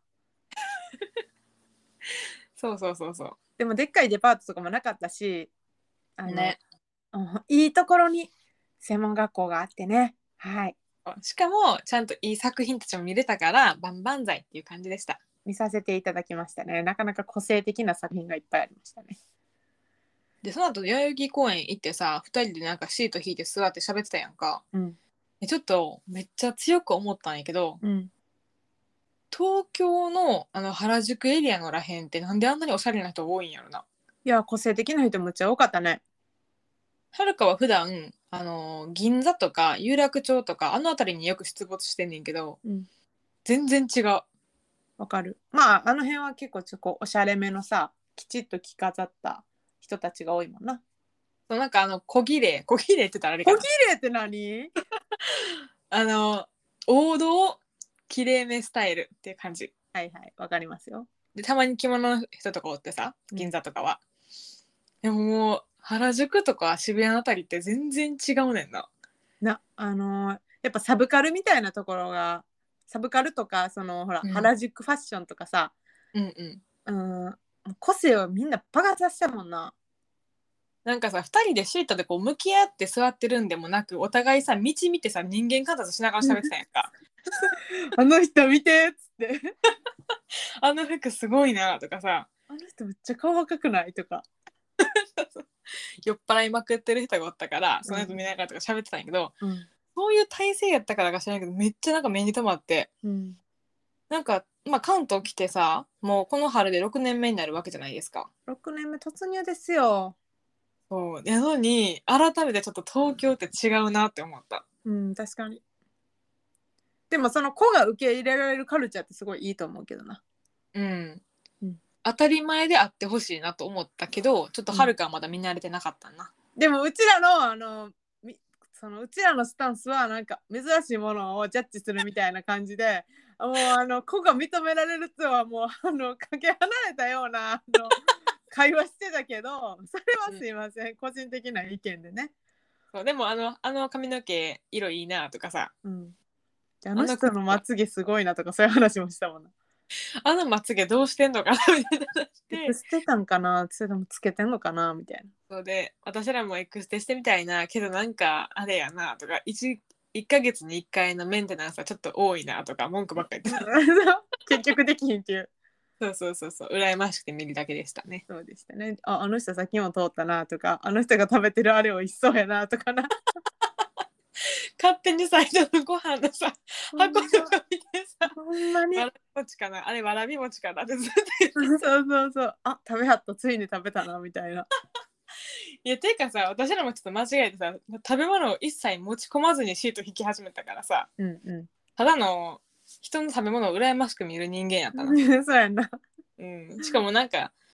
そうそうそうそう。 でもでっかいデパートとかもなかったし、あの、 ね、 いいところに専門学校があってね、はい、 しかもちゃんといい作品たちも見れたから万々歳っていう感じでした。 見させていただきましたね。なかなか個性的な作品がいっぱいありましたね。 でその後代々木公園行ってさふたりでなんかシート引いて座って喋ってたやんか、うん、ちょっとめっちゃ強く思ったんやけど、うん、東京 の, あの原宿エリアのらへんってなんであんなにおしゃれな人多いんやろな。 いや個性的な人むっちゃ多かったね。 はるかは普段あの銀座とか有楽町とかあの辺りによく出没してんねんけど、うん、全然違う。 わかる。まああの辺は結構ちょっとおしゃれめのさ、きちっと着飾った人たちが多いもんな。 そう、なんかあの小綺麗小綺麗って言ったらあれかな。 小綺麗って何？ あの王道綺麗めスタイルっていう感じ。 はいはい、わかりますよ。 でたまに着物の人とかおってさ、銀座とかは、うん、でももう原宿とか渋谷のあたりって全然違うねんな。 な、あのー、やっぱサブカルみたいなところが、サブカルとかそのほら、うん、原宿ファッションとかさ、うんうん、うん個性をみんなバカさせたもんな。 なんかさふたりでシートでこう向き合って座ってるんでもなく、お互いさ道見てさ人間観察しながら喋ってたやんかあの人見てっつってあの服すごいなとかさ、 あの人めっちゃ顔赤くないとか酔っ払いまくってる人がおったからその人見ながらとか喋ってたんやけど、うん、そういう体勢やったからか知らないけどめっちゃなんか目に留まって、うん、なんかまあ関東来てさもうこの春でろくねんめになるわけじゃないですか。 ろくねんめ突入ですよ。 そうやのに改めてちょっと東京って違うなって思った。 うん、確かに。でもその子が受け入れられるカルチャーってすごいいいと思うけどな。 うん、うん、当たり前であってほしいなと思ったけどちょっとはるかはまだ見慣れてなかったな、 うん、でもうちらのあのそのうちらのスタンスはなんか珍しいものをジャッジするみたいな感じでもうあの子が認められるとはもうあのかけ離れたようなあの会話してたけどそれはすいません、うん、個人的な意見でね。 そうでもあのあの髪の毛色いいなとかさ、うん、 あの人のまつげすごいなとかそういう話もしたもんな。 あのまつげどうしてんのかなみたいなエクステたんかなそれともつけてんのかなみたいな。 そうで私らもエクステしてみたいなけどなんかあれやなとか 1, 1ヶ月にいっかいのメンテナンスはちょっと多いなとか文句ばっかり言ってた結局できひんっていう。 そうそうそうそう羨ましくて見るだけでしたね。 そうでしたね。ああの人さっきも通ったなとかあの人が食べてるあれ美味しそうやなとかな勝手に最初のご飯のさ箱とか見てさほんまにわらび餅かなあれわらび餅かなってずっと言ってそうそうそうあ食べはったついに食べたなみたいな。 いやていうかさ私らもちょっと間違えてさ食べ物を一切持ち込まずにシート引き始めたからさ、うんうん、ただの人の食べ物を羨ましく見る人間やったなそうやな、 うん、しかもなんか